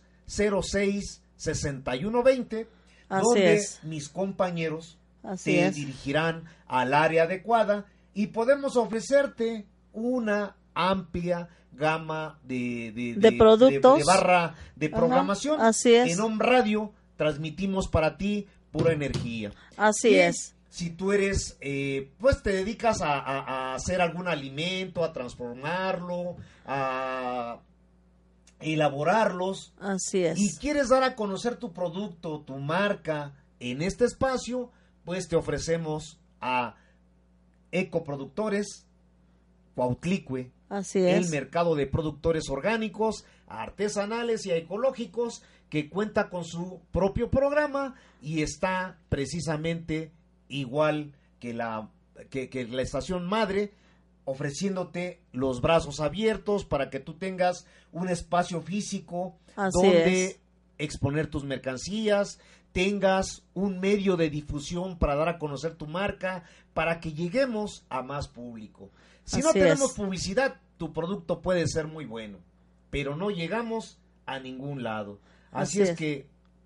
Speaker 5: 6120, donde mis compañeros te dirigirán al área adecuada y podemos ofrecerte una amplia gama de
Speaker 4: productos,
Speaker 5: de barra de programación.
Speaker 4: Así es.
Speaker 5: En Om Radio transmitimos para ti pura energía.
Speaker 4: Así es.
Speaker 5: Si tú eres, pues te dedicas a hacer algún alimento, a transformarlo, a elaborarlos.
Speaker 4: Así es.
Speaker 5: Y quieres dar a conocer tu producto, tu marca en este espacio, pues te ofrecemos a Ecoproductores Cuautlicue.
Speaker 4: Así es.
Speaker 5: El mercado de productores orgánicos, artesanales y ecológicos, que cuenta con su propio programa y está precisamente igual que la estación madre, ofreciéndote los brazos abiertos para que tú tengas un espacio físico donde exponer tus mercancías, tengas un medio de difusión para dar a conocer tu marca, para que lleguemos a más público. Si no tenemos publicidad, tu producto puede ser muy bueno, pero no llegamos a ningún lado. Así es que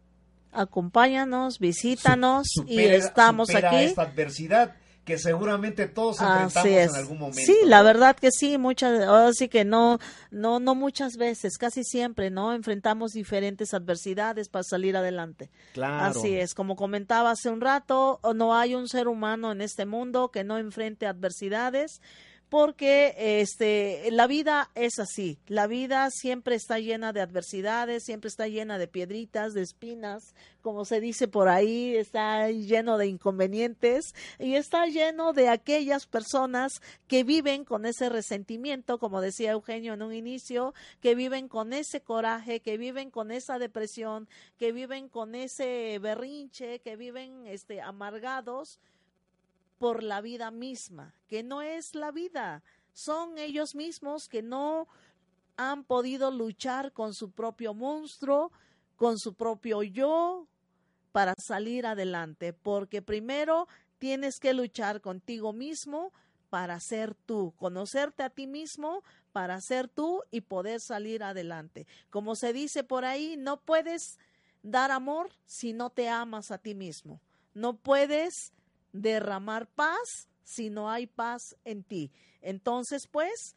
Speaker 4: acompáñanos, visítanos y estamos aquí.
Speaker 5: Esta adversidad que seguramente todos enfrentamos en algún momento.
Speaker 4: Sí, la verdad que sí, así que no muchas veces, casi siempre, ¿no? Enfrentamos diferentes adversidades para salir adelante.
Speaker 5: Claro.
Speaker 4: Así es, como comentaba hace un rato, no hay un ser humano en este mundo que no enfrente adversidades, porque la vida es así, la vida siempre está llena de adversidades, siempre está llena de piedritas, de espinas, como se dice por ahí, está lleno de inconvenientes y está lleno de aquellas personas que viven con ese resentimiento, como decía Eugenio en un inicio, que viven con ese coraje, que viven con esa depresión, que viven con ese berrinche, que viven amargados por la vida misma, que no es la vida, son ellos mismos que no han podido luchar con su propio monstruo, con su propio yo, para salir adelante, porque primero tienes que luchar contigo mismo para ser tú, conocerte a ti mismo para ser tú y poder salir adelante. Como se dice por ahí, no puedes dar amor si no te amas a ti mismo, no puedes derramar paz si no hay paz en ti. Entonces, pues,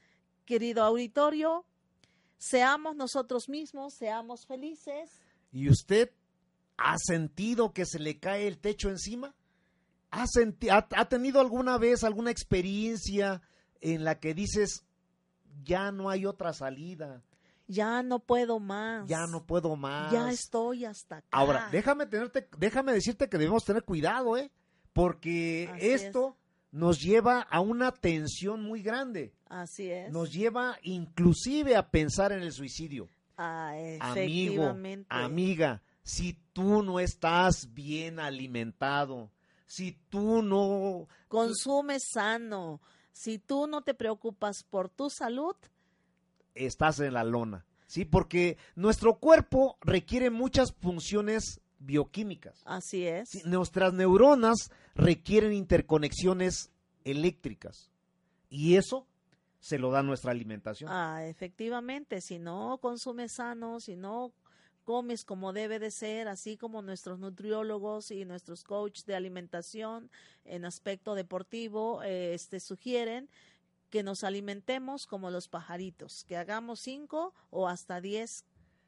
Speaker 4: querido auditorio, seamos nosotros mismos, seamos felices.
Speaker 5: ¿Y usted ha sentido que se le cae el techo encima? ¿Ha tenido alguna vez alguna experiencia en la que dices, ya no hay otra salida?
Speaker 4: Ya no puedo más.
Speaker 5: Ya no puedo más.
Speaker 4: Ya estoy hasta acá.
Speaker 5: Ahora, déjame decirte que debemos tener cuidado, porque
Speaker 4: Así
Speaker 5: esto nos lleva a una tensión muy grande.
Speaker 4: Así es.
Speaker 5: Nos lleva inclusive a pensar en el suicidio. Amigo,
Speaker 4: Efectivamente.
Speaker 5: amiga, si tú no estás bien alimentado, si tú no
Speaker 4: consumes sano, si tú no te preocupas por tu salud,
Speaker 5: estás en la lona, ¿sí? Porque nuestro cuerpo requiere muchas funciones bioquímicas.
Speaker 4: Así es.
Speaker 5: ¿Sí? Nuestras neuronas requieren interconexiones eléctricas y eso se lo da nuestra alimentación.
Speaker 4: Efectivamente, si no consumes sano, si no comes como debe de ser, así como nuestros nutriólogos y nuestros coaches de alimentación en aspecto deportivo sugieren que nos alimentemos como los pajaritos, que hagamos 5 o hasta 10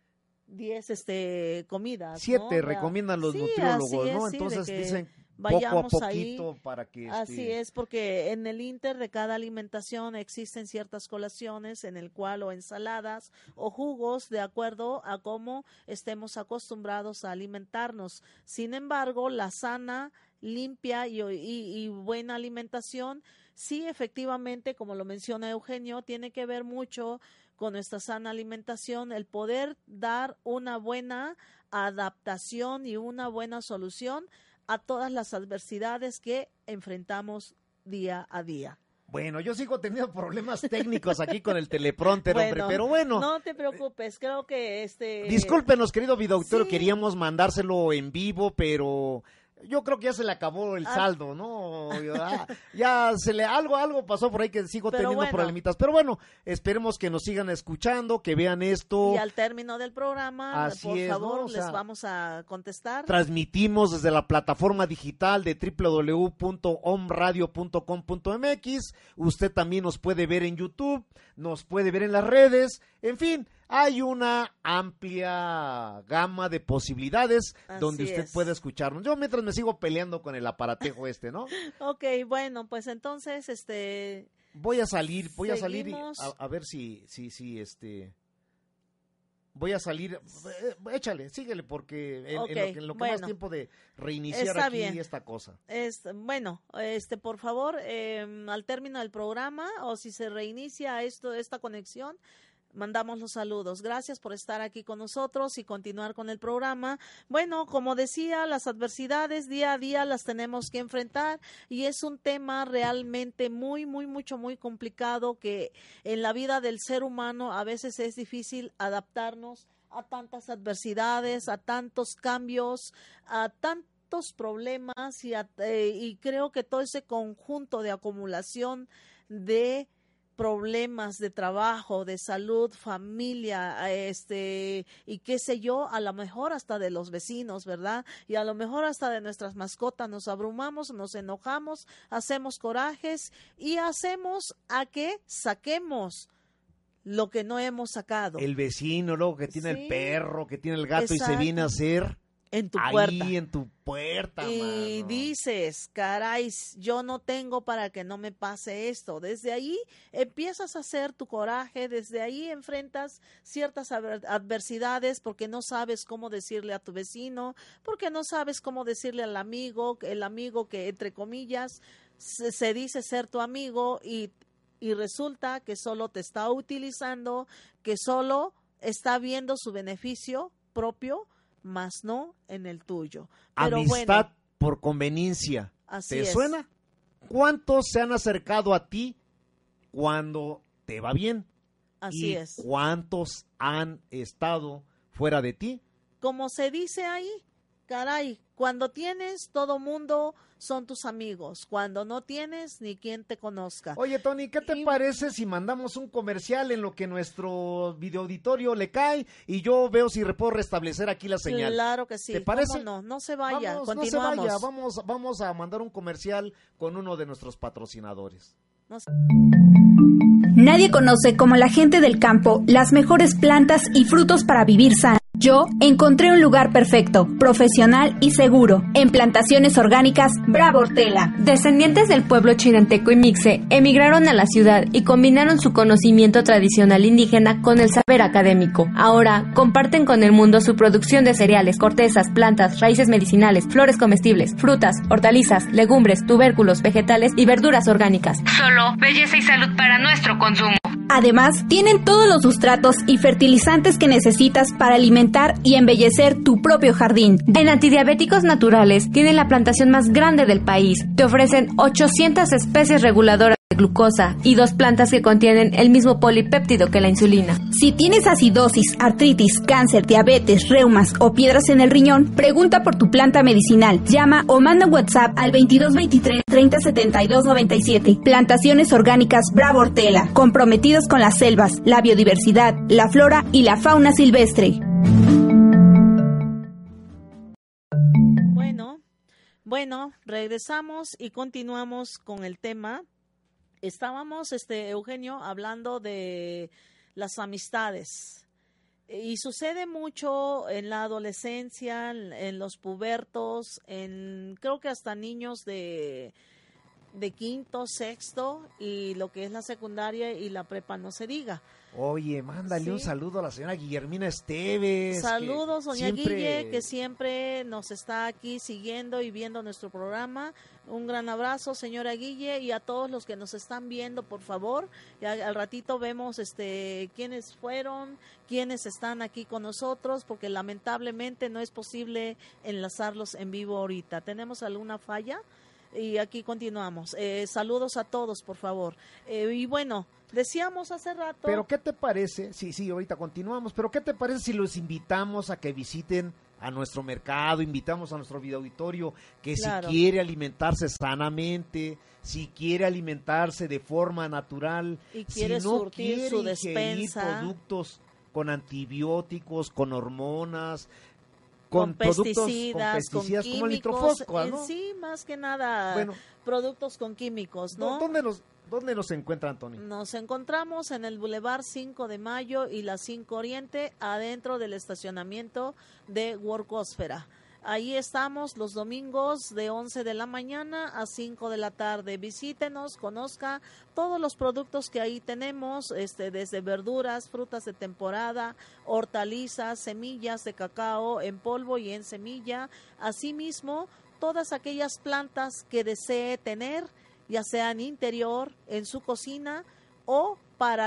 Speaker 4: comidas.
Speaker 5: 7
Speaker 4: ¿no?
Speaker 5: recomiendan los
Speaker 4: sí,
Speaker 5: nutriólogos,
Speaker 4: es,
Speaker 5: ¿no?
Speaker 4: sí,
Speaker 5: Entonces dicen
Speaker 4: vayamos
Speaker 5: poco a poquito
Speaker 4: ahí.
Speaker 5: para que...
Speaker 4: Así es, porque en el inter de cada alimentación existen ciertas colaciones en el cual o ensaladas o jugos de acuerdo a cómo estemos acostumbrados a alimentarnos. Sin embargo, la sana, limpia y buena alimentación, sí, efectivamente, como lo menciona Eugenio, tiene que ver mucho con nuestra sana alimentación, el poder dar una buena adaptación y una buena solución a todas las adversidades que enfrentamos día a día.
Speaker 5: Bueno, yo sigo teniendo problemas técnicos aquí con el teleprompter,
Speaker 4: Bueno,
Speaker 5: hombre, pero bueno.
Speaker 4: No te preocupes, creo que
Speaker 5: Discúlpenos, querido videoauditorio,
Speaker 4: sí.
Speaker 5: Queríamos mandárselo en vivo, pero yo creo que ya se le acabó el saldo, ¿no? Algo pasó por ahí que sigo teniendo problemitas. Pero bueno, esperemos que nos sigan escuchando, que vean esto.
Speaker 4: Y al término del programa, por favor,
Speaker 5: ¿no?
Speaker 4: les vamos a contestar.
Speaker 5: Transmitimos desde la plataforma digital de www.omradio.com.mx. Usted también nos puede ver en YouTube, nos puede ver en las redes, en fin. Hay una amplia gama de posibilidades donde usted puede escucharnos. Yo mientras me sigo peleando con el aparatejo ¿no?
Speaker 4: Ok, bueno, pues entonces,
Speaker 5: voy a salir y a ver si voy a salir, échale, síguele, porque en lo que más tiempo de reiniciar aquí bien. Esta cosa.
Speaker 4: Por favor, al término del programa, o si se reinicia esta conexión, mandamos los saludos. Gracias por estar aquí con nosotros y continuar con el programa. Bueno, como decía, las adversidades día a día las tenemos que enfrentar y es un tema realmente muy complicado que en la vida del ser humano a veces es difícil adaptarnos a tantas adversidades, a tantos cambios, a tantos problemas y creo que todo ese conjunto de acumulación de problemas de trabajo, de salud, familia, y qué sé yo, a lo mejor hasta de los vecinos, ¿verdad? Y a lo mejor hasta de nuestras mascotas, nos abrumamos, nos enojamos, hacemos corajes y hacemos a que saquemos lo que no hemos sacado.
Speaker 5: El vecino, luego que tiene el perro, que tiene el gato. Exacto. Y se viene a hacer
Speaker 4: en tu puerta.
Speaker 5: Ahí en tu puerta,
Speaker 4: y
Speaker 5: mano.
Speaker 4: Dices, caray, yo no tengo para que no me pase esto. Desde ahí empiezas a hacer tu coraje, desde ahí enfrentas ciertas adversidades porque no sabes cómo decirle a tu vecino, porque no sabes cómo decirle al amigo, el amigo que entre comillas se dice ser tu amigo y resulta que solo te está utilizando, que solo está viendo su beneficio propio, más no en el tuyo. Pero
Speaker 5: amistad por conveniencia. ¿Te suena? ¿Cuántos se han acercado a ti cuando te va bien?
Speaker 4: Así es.
Speaker 5: ¿Cuántos han estado fuera de ti?
Speaker 4: Como se dice ahí, caray, cuando tienes, todo mundo son tus amigos. Cuando no tienes, ni quien te conozca.
Speaker 5: Oye, Tony, ¿qué te parece si mandamos un comercial en lo que nuestro videoauditorio le cae y yo veo si puedo restablecer aquí la señal?
Speaker 4: Claro que sí.
Speaker 5: ¿Te parece?
Speaker 4: ¿Cómo no? No se vaya,
Speaker 5: No
Speaker 4: continuamos.
Speaker 5: se vaya, vamos a mandar un comercial con uno de nuestros patrocinadores.
Speaker 4: No se...
Speaker 8: Nadie conoce como la gente del campo las mejores plantas y frutos para vivir sano. Yo encontré un lugar perfecto, profesional y seguro. En Plantaciones Orgánicas Bravo Hortela.
Speaker 9: Descendientes del pueblo chiranteco y mixe emigraron a la ciudad y combinaron su conocimiento tradicional indígena con el saber académico. Ahora comparten con el mundo su producción de cereales, cortezas, plantas, raíces medicinales, flores comestibles, frutas, hortalizas, legumbres, tubérculos, vegetales y verduras orgánicas. Solo belleza y salud para nuestro consumo.
Speaker 8: Además, tienen todos los sustratos y fertilizantes que necesitas para alimentar y embellecer tu propio jardín.
Speaker 9: En Antidiabéticos Naturales tienen la plantación más grande del país. Te ofrecen 800 especies reguladoras de glucosa y 2 plantas que contienen el mismo polipéptido que la insulina.
Speaker 8: Si tienes acidosis, artritis, cáncer, diabetes, reumas o piedras en el riñón, pregunta por tu planta medicinal. Llama o manda un WhatsApp al 2223 30 72 97. Plantaciones Orgánicas Bravo Hortela, comprometidos con las selvas, la biodiversidad, la flora y la fauna silvestre.
Speaker 4: Bueno, regresamos y continuamos con el tema. Estábamos, Eugenio, hablando de las amistades. Y sucede mucho en la adolescencia, en los pubertos, creo que hasta niños de quinto, sexto, y lo que es la secundaria y la prepa no se diga.
Speaker 5: Oye, mándale un saludo a la señora Guillermina Esteves.
Speaker 4: Saludos, doña Guille, que siempre nos está aquí siguiendo y viendo nuestro programa. Un gran abrazo, señora Guille, y a todos los que nos están viendo, por favor. Ya al ratito vemos quiénes fueron, quiénes están aquí con nosotros, porque lamentablemente no es posible enlazarlos en vivo ahorita. ¿Tenemos alguna falla? Y aquí continuamos. Saludos a todos, por favor. Y bueno, decíamos hace rato...
Speaker 5: Pero ¿qué te parece? Sí, ahorita continuamos. Pero ¿qué te parece si los invitamos a que visiten a nuestro mercado, invitamos a nuestro videoauditorio, que claro, si quiere alimentarse sanamente, si quiere alimentarse de forma natural,
Speaker 4: y quiere
Speaker 5: si no
Speaker 4: surtir
Speaker 5: quiere
Speaker 4: su despensa,
Speaker 5: productos con antibióticos, con hormonas,
Speaker 4: con pesticidas, con químicos,
Speaker 5: como el nitrofosco, ¿no?
Speaker 4: Sí, más que nada, bueno, productos con químicos, ¿no?
Speaker 5: ¿Dónde nos encuentran, Tony?
Speaker 4: Nos encontramos en el Boulevard 5 de Mayo y la 5 Oriente, adentro del estacionamiento de Workósfera. Ahí estamos los domingos de 11 de la mañana a 5 de la tarde. Visítenos, conozca todos los productos que ahí tenemos, desde verduras, frutas de temporada, hortalizas, semillas de cacao en polvo y en semilla. Asimismo, todas aquellas plantas que desee tener, ya sean interior, en su cocina o para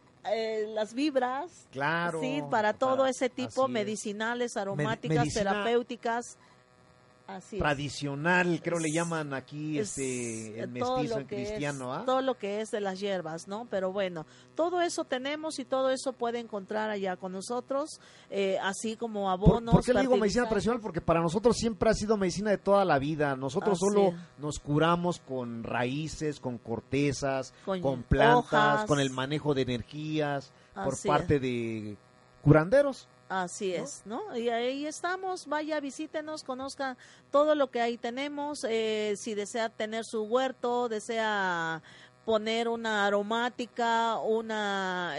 Speaker 4: las vibras,
Speaker 5: claro,
Speaker 4: sí, para todo ese tipo, medicinales, aromáticas, terapéuticas, así
Speaker 5: tradicional, creo le llaman aquí el mestizo en cristiano,
Speaker 4: todo lo que es de las hierbas, ¿no? Pero bueno, todo eso tenemos y todo eso puede encontrar allá con nosotros, así como abonos.
Speaker 5: ¿Por qué le digo medicina tradicional? Porque para nosotros siempre ha sido medicina de toda la vida. Nosotros solo nos curamos con raíces, con cortezas, con plantas, hojas, con el manejo de energías por parte de curanderos.
Speaker 4: Así es, ¿no? Y ahí estamos, vaya, visítenos, conozcan todo lo que ahí tenemos, si desea tener su huerto, desea poner una aromática, una,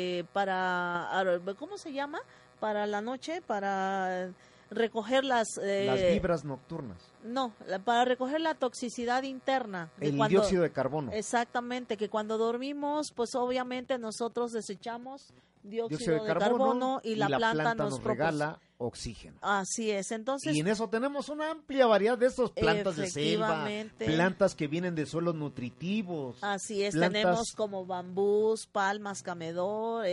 Speaker 4: ¿cómo se llama? Para la noche, para recoger las
Speaker 5: vibras nocturnas.
Speaker 4: No, para recoger la toxicidad interna.
Speaker 5: Dióxido de carbono.
Speaker 4: Exactamente, que cuando dormimos, pues obviamente nosotros desechamos dióxido de carbono y la planta nos
Speaker 5: regala oxígeno.
Speaker 4: Así es, entonces...
Speaker 5: Y en eso tenemos una amplia variedad de esas plantas de selva, plantas que vienen de suelos nutritivos.
Speaker 4: Así es, tenemos como bambús, palmas, camedor,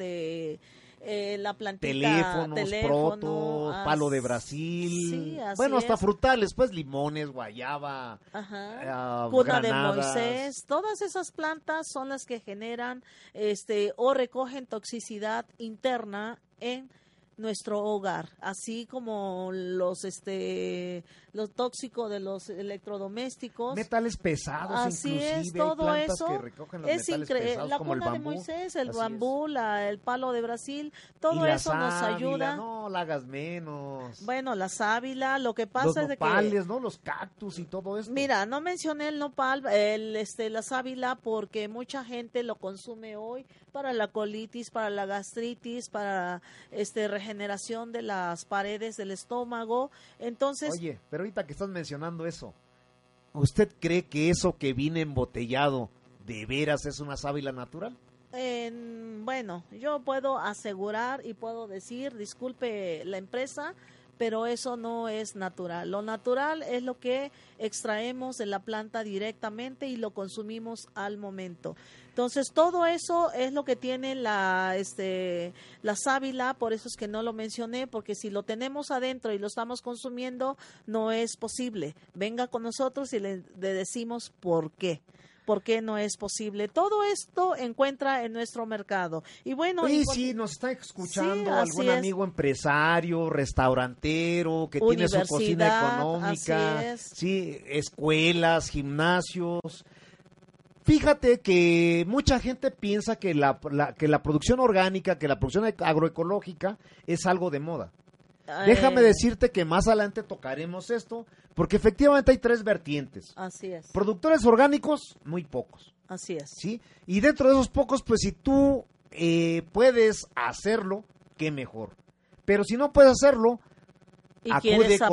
Speaker 4: la plantita,
Speaker 5: teléfonos, protos, palo de Brasil,
Speaker 4: sí,
Speaker 5: bueno, hasta frutales, pues limones, guayaba,
Speaker 4: cuna
Speaker 5: granadas.
Speaker 4: De Moisés, todas esas plantas son las que generan o recogen toxicidad interna en nuestro hogar, así como los tóxicos de los electrodomésticos.
Speaker 5: Metales pesados,
Speaker 4: así
Speaker 5: inclusive.
Speaker 4: Es, todo
Speaker 5: hay plantas
Speaker 4: eso
Speaker 5: que recogen los
Speaker 4: es
Speaker 5: metales pesados,
Speaker 4: la
Speaker 5: como el
Speaker 4: cuna de
Speaker 5: bambú.
Speaker 4: Moisés, el
Speaker 5: Así
Speaker 4: bambú, el palo de Brasil, todo
Speaker 5: y
Speaker 4: eso nos
Speaker 5: sábila,
Speaker 4: ayuda.
Speaker 5: No, la hagas menos.
Speaker 4: Bueno, la sábila, lo que pasa
Speaker 5: Los
Speaker 4: es de
Speaker 5: nopales,
Speaker 4: que
Speaker 5: ¿no? Los cactus y todo esto.
Speaker 4: mira, no mencioné el nopal, la sábila, porque mucha gente lo consume hoy para la colitis, para la gastritis, para regeneración de las paredes del estómago. Entonces,
Speaker 5: oye, pero ahorita que estás mencionando eso, ¿usted cree que eso que viene embotellado de veras es una sábila natural?
Speaker 4: Bueno, yo puedo asegurar y puedo decir, disculpe la empresa, pero eso no es natural. Lo natural es lo que extraemos de la planta directamente y lo consumimos al momento. Entonces, todo eso es lo que tiene la sábila, por eso es que no lo mencioné, porque si lo tenemos adentro y lo estamos consumiendo, no es posible. Venga con nosotros y le decimos por qué. ¿Por qué no es posible? Todo esto encuentra en nuestro mercado. Y bueno,
Speaker 5: sí, sí, nos está escuchando
Speaker 4: sí,
Speaker 5: algún amigo empresario, restaurantero, que tiene su cocina económica, sí, escuelas, gimnasios. Fíjate que mucha gente piensa que la producción orgánica, que la producción agroecológica es algo de moda. Déjame decirte que más adelante tocaremos esto, porque efectivamente hay 3 vertientes.
Speaker 4: Así es.
Speaker 5: Productores orgánicos, muy pocos.
Speaker 4: Así es.
Speaker 5: ¿Sí? Y dentro de esos pocos, pues si tú puedes hacerlo, qué mejor. Pero si no puedes hacerlo,
Speaker 4: y quieres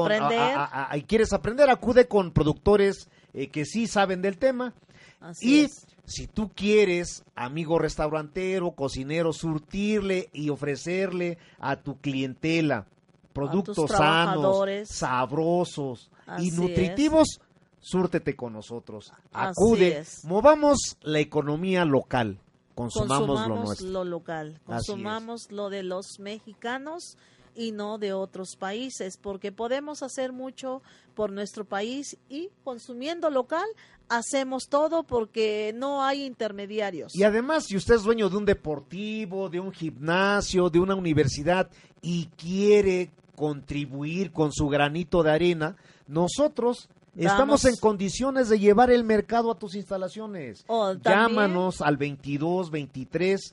Speaker 4: aprender,
Speaker 5: acude con productores que sí saben del tema.
Speaker 4: Así es.
Speaker 5: Si tú quieres, amigo restaurantero, cocinero, surtirle y ofrecerle a tu clientela productos sanos, sabrosos y nutritivos, súrtete con nosotros. Acude, movamos la economía local, consumamos lo nuestro.
Speaker 4: Lo local, consumamos lo de los mexicanos y no de otros países, porque podemos hacer mucho por nuestro país y consumiendo local hacemos todo porque no hay intermediarios.
Speaker 5: Y además, si usted es dueño de un deportivo, de un gimnasio, de una universidad y quiere contribuir con su granito de arena, nosotros estamos en condiciones de llevar el mercado a tus instalaciones. Llámanos al 22 23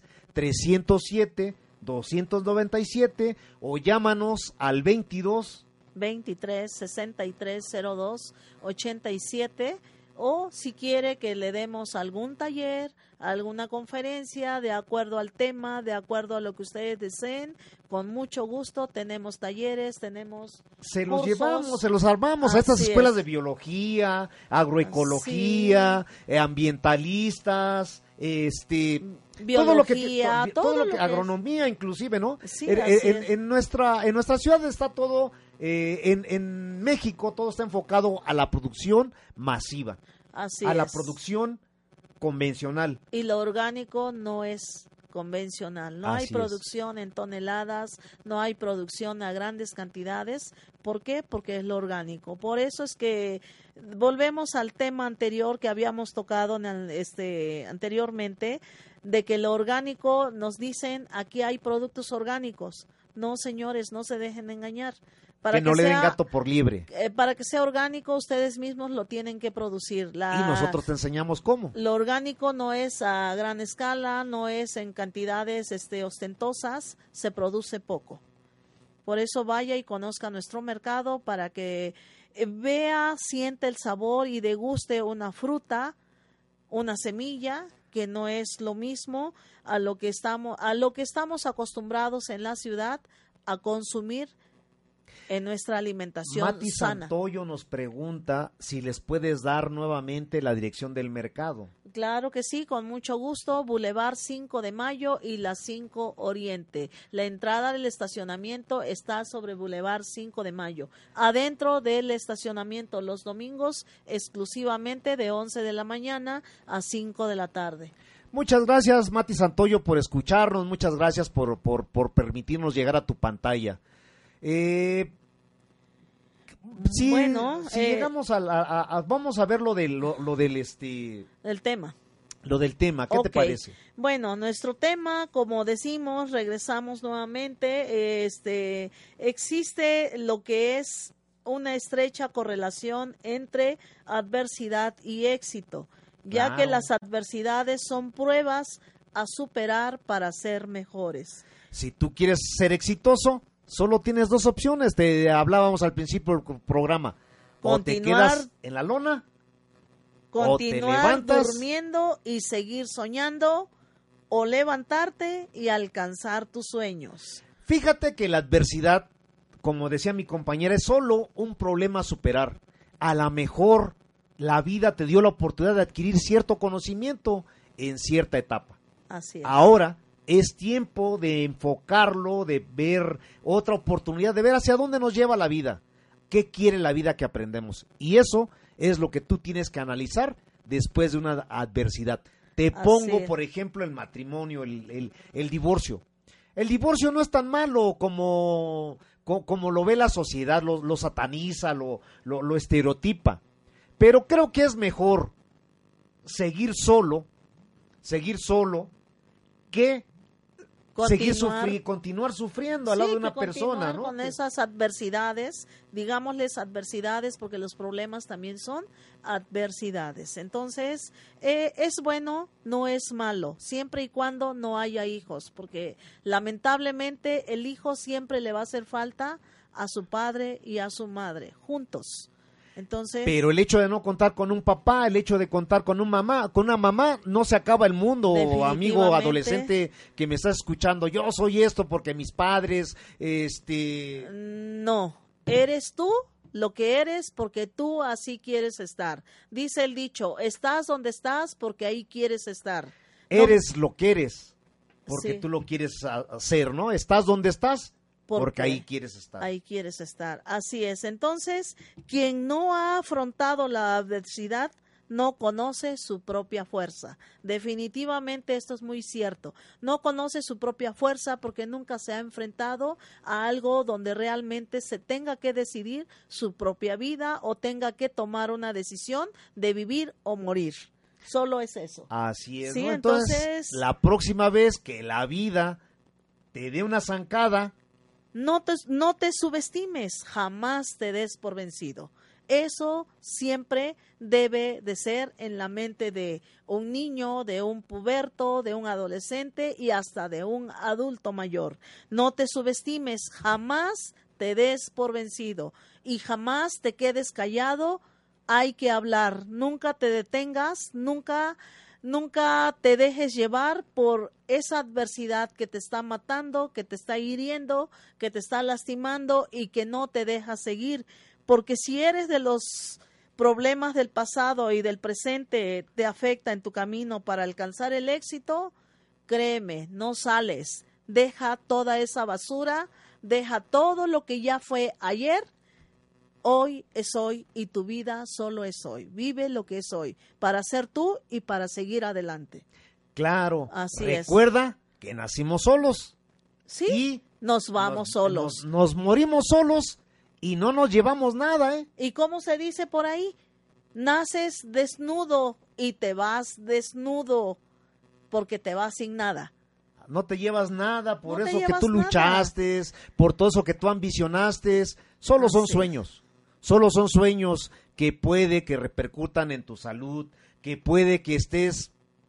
Speaker 5: 307 297 o llámanos al 23
Speaker 4: 63 02 87, o si quiere que le demos algún taller, alguna conferencia de acuerdo al tema, de acuerdo a lo que ustedes deseen, con mucho gusto tenemos talleres, tenemos
Speaker 5: se los
Speaker 4: cursos.
Speaker 5: Llevamos, se los armamos a estas escuelas de biología, agroecología, ambientalistas,
Speaker 4: biología,
Speaker 5: todo lo que agronomía inclusive, ¿no?
Speaker 4: Sí,
Speaker 5: en nuestra ciudad está todo, en México todo está enfocado a la producción masiva, la producción convencional.
Speaker 4: Y lo orgánico no es convencional, no hay producción en toneladas, no hay producción a grandes cantidades. ¿Por qué? Porque es lo orgánico. Por eso es que volvemos al tema anterior que habíamos tocado anteriormente, de que lo orgánico, nos dicen, aquí hay productos orgánicos. No, señores, no se dejen engañar.
Speaker 5: Que no le den gato por liebre.
Speaker 4: Para que sea orgánico, ustedes mismos lo tienen que producir.
Speaker 5: Y nosotros te enseñamos cómo.
Speaker 4: Lo orgánico no es a gran escala, no es en cantidades ostentosas, se produce poco. Por eso vaya y conozca nuestro mercado para que vea, siente el sabor y deguste una fruta, una semilla, que no es lo mismo a lo que estamos acostumbrados en la ciudad a consumir en nuestra alimentación
Speaker 5: Mati
Speaker 4: sana.
Speaker 5: Santoyo nos pregunta si les puedes dar nuevamente la dirección del mercado.
Speaker 4: Claro que sí, con mucho gusto. Boulevard 5 de Mayo y la 5 Oriente. La entrada del estacionamiento está sobre Boulevard 5 de Mayo. Adentro del estacionamiento los domingos, exclusivamente de 11 de la mañana a 5 de la tarde.
Speaker 5: Muchas gracias, Mati Santoyo, por escucharnos. Muchas gracias por permitirnos llegar a tu pantalla. Si llegamos vamos a ver lo del
Speaker 4: el tema.
Speaker 5: lo del tema. ¿Qué te parece?
Speaker 4: Bueno, nuestro tema, como decimos, regresamos nuevamente, existe lo que es una estrecha correlación entre adversidad y éxito, ya
Speaker 5: Claro.
Speaker 4: que las adversidades son pruebas a superar para ser mejores.
Speaker 5: Si tú quieres ser exitoso, solo tienes dos opciones. Te hablábamos al principio del programa. O te
Speaker 4: Continuar-
Speaker 5: quedas en la lona, o te
Speaker 4: Continuar
Speaker 5: levantas.
Speaker 4: durmiendo y seguir soñando, o levantarte y alcanzar tus sueños.
Speaker 5: Fíjate que la adversidad, como decía mi compañera, es solo un problema a superar. A lo mejor la vida te dio la oportunidad de adquirir cierto conocimiento en cierta etapa.
Speaker 4: Así es.
Speaker 5: Ahora es tiempo de enfocarlo, de ver otra oportunidad, de ver hacia dónde nos lleva la vida. ¿Qué quiere la vida que aprendemos? Y eso es lo que tú tienes que analizar después de una adversidad. Te
Speaker 4: Así
Speaker 5: pongo,
Speaker 4: es.
Speaker 5: por ejemplo, el matrimonio, el divorcio. El divorcio no es tan malo como lo ve la sociedad, lo sataniza, lo estereotipa. Pero creo que es mejor seguir solo que continuar sufriendo al lado de una persona, ¿no?
Speaker 4: Con esas adversidades, digámosles adversidades, porque los problemas también son adversidades. Entonces, es bueno, no es malo, siempre y cuando no haya hijos, porque lamentablemente el hijo siempre le va a hacer falta a su padre y a su madre, juntos. Entonces,
Speaker 5: pero el hecho de no contar con un papá, el hecho de contar con una mamá, no se acaba el mundo, amigo adolescente que me estás escuchando. Yo soy esto porque mis padres,
Speaker 4: no, eres tú lo que eres porque tú así quieres estar. Dice el dicho, estás donde estás porque ahí quieres estar.
Speaker 5: Eres lo que eres porque
Speaker 4: Sí.
Speaker 5: tú lo quieres hacer, ¿no? Estás donde estás porque ahí quieres estar.
Speaker 4: Ahí quieres estar, así es. Entonces, quien no ha afrontado la adversidad no conoce su propia fuerza. Definitivamente esto es muy cierto. No conoce su propia fuerza porque nunca se ha enfrentado a algo donde realmente se tenga que decidir su propia vida o tenga que tomar una decisión de vivir o morir. Solo es eso.
Speaker 5: Así es,
Speaker 4: Sí,
Speaker 5: ¿no? Entonces, la próxima vez que la vida te dé una zancada,
Speaker 4: no te subestimes, jamás te des por vencido. Eso siempre debe de ser en la mente de un niño, de un puberto, de un adolescente y hasta de un adulto mayor. No te subestimes, jamás te des por vencido y jamás te quedes callado. Hay que hablar, nunca te detengas, nunca te dejes llevar por esa adversidad que te está matando, que te está hiriendo, que te está lastimando y que no te deja seguir. Porque si eres de los problemas del pasado y del presente te afecta en tu camino para alcanzar el éxito, créeme, no sales. Deja toda esa basura, deja todo lo que ya fue ayer. Hoy es hoy y tu vida solo es hoy. Vive lo que es hoy para ser tú y para seguir adelante.
Speaker 5: claro,
Speaker 4: Así es.
Speaker 5: recuerda que nacimos solos.
Speaker 4: Sí,
Speaker 5: Y
Speaker 4: nos vamos solos.
Speaker 5: Nos morimos solos y no nos llevamos nada, ¿eh?
Speaker 4: ¿Y cómo se dice por ahí? Naces desnudo y te vas desnudo porque te vas sin nada.
Speaker 5: No te llevas nada por
Speaker 4: No te
Speaker 5: eso que
Speaker 4: llevas
Speaker 5: tú
Speaker 4: nada.
Speaker 5: luchaste, por todo eso que tú ambicionaste. Solo son
Speaker 4: Así es.
Speaker 5: sueños. Solo son sueños que puede que repercutan en tu salud, que puede que estés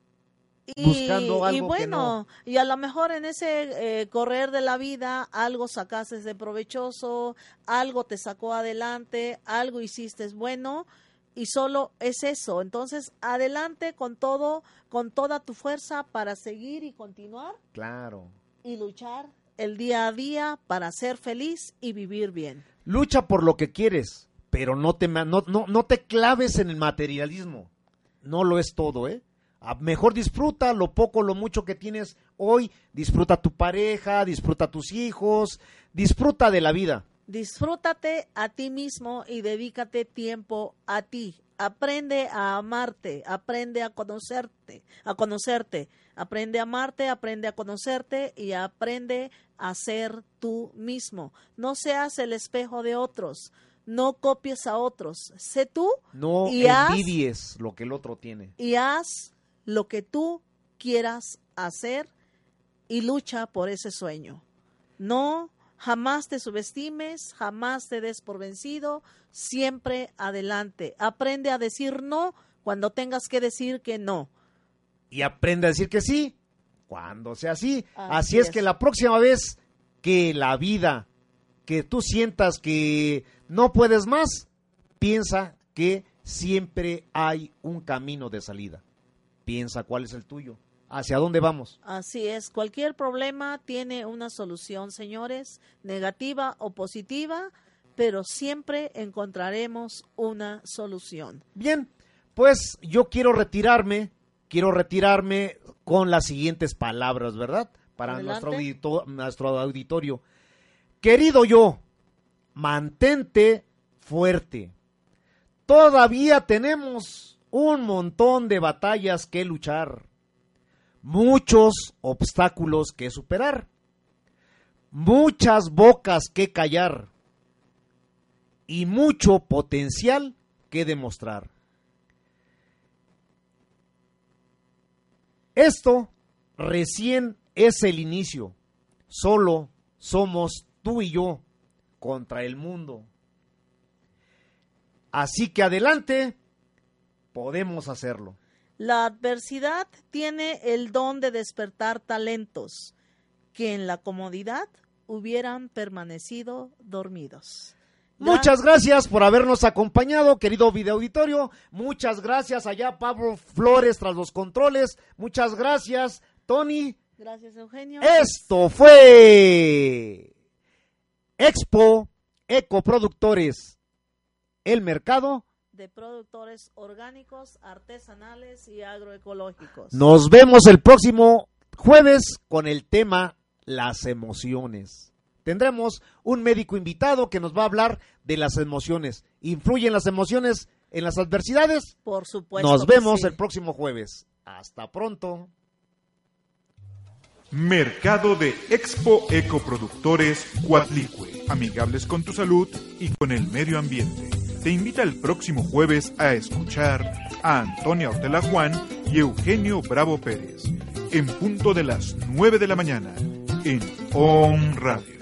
Speaker 5: buscando algo que no.
Speaker 4: Y a lo mejor en ese correr de la vida algo sacaste de provechoso, algo te sacó adelante, algo hiciste bueno y solo es eso. Entonces adelante con todo, con toda tu fuerza para seguir y continuar
Speaker 5: Claro.
Speaker 4: y luchar el día a día para ser feliz y vivir bien.
Speaker 5: Lucha por lo que quieres, pero no te claves en el materialismo. No lo es todo, ¿eh? Mejor disfruta lo poco, lo mucho que tienes hoy. Disfruta a tu pareja, disfruta a tus hijos, disfruta de la vida.
Speaker 4: Disfrútate a ti mismo y dedícate tiempo a ti. Aprende a amarte, aprende a conocerte, aprende a amarte, aprende a conocerte y aprende a ser tú mismo. No seas el espejo de otros, no copies a otros, sé tú
Speaker 5: No
Speaker 4: y
Speaker 5: envidies lo que el otro tiene.
Speaker 4: y haz lo que tú quieras hacer y lucha por ese sueño. No, jamás te subestimes, jamás te des por vencido, siempre adelante. Aprende a decir no cuando tengas que decir que no.
Speaker 5: Y aprende a decir que sí cuando sea así.
Speaker 4: Así
Speaker 5: es que la próxima vez que la vida, que tú sientas que no puedes más, piensa que siempre hay un camino de salida. Piensa cuál es el tuyo. ¿Hacia dónde vamos?
Speaker 4: Así es, cualquier problema tiene una solución, señores, negativa o positiva, pero siempre encontraremos una solución.
Speaker 5: Bien, pues yo quiero retirarme con las siguientes palabras, ¿verdad? Para nuestro auditorio. Querido yo, mantente fuerte. Todavía tenemos un montón de batallas que luchar. Muchos obstáculos que superar, muchas bocas que callar y mucho potencial que demostrar. Esto recién es el inicio, solo somos tú y yo contra el mundo. Así que adelante, podemos hacerlo.
Speaker 4: La adversidad tiene el don de despertar talentos que en la comodidad hubieran permanecido dormidos.
Speaker 5: Muchas gracias por habernos acompañado, querido videoauditorio. Muchas gracias allá Pablo Flores tras los controles. Muchas gracias, Tony.
Speaker 4: Gracias, Eugenio.
Speaker 5: Esto fue Expo Ecoproductores, el mercado
Speaker 4: de productores orgánicos, artesanales y agroecológicos.
Speaker 5: Nos vemos el próximo jueves con el tema las emociones. Tendremos un médico invitado que nos va a hablar de las emociones. ¿Influyen las emociones en las adversidades?
Speaker 4: Por supuesto.
Speaker 5: Nos vemos el próximo jueves. Hasta pronto.
Speaker 3: Mercado de Expo Ecoproductores Coatlicue, amigables con tu salud y con el medio ambiente. Te invita el próximo jueves a escuchar a Antonia Ortela Juan y Eugenio Bravo Pérez, en punto de las 9 de la mañana, en ON Radio.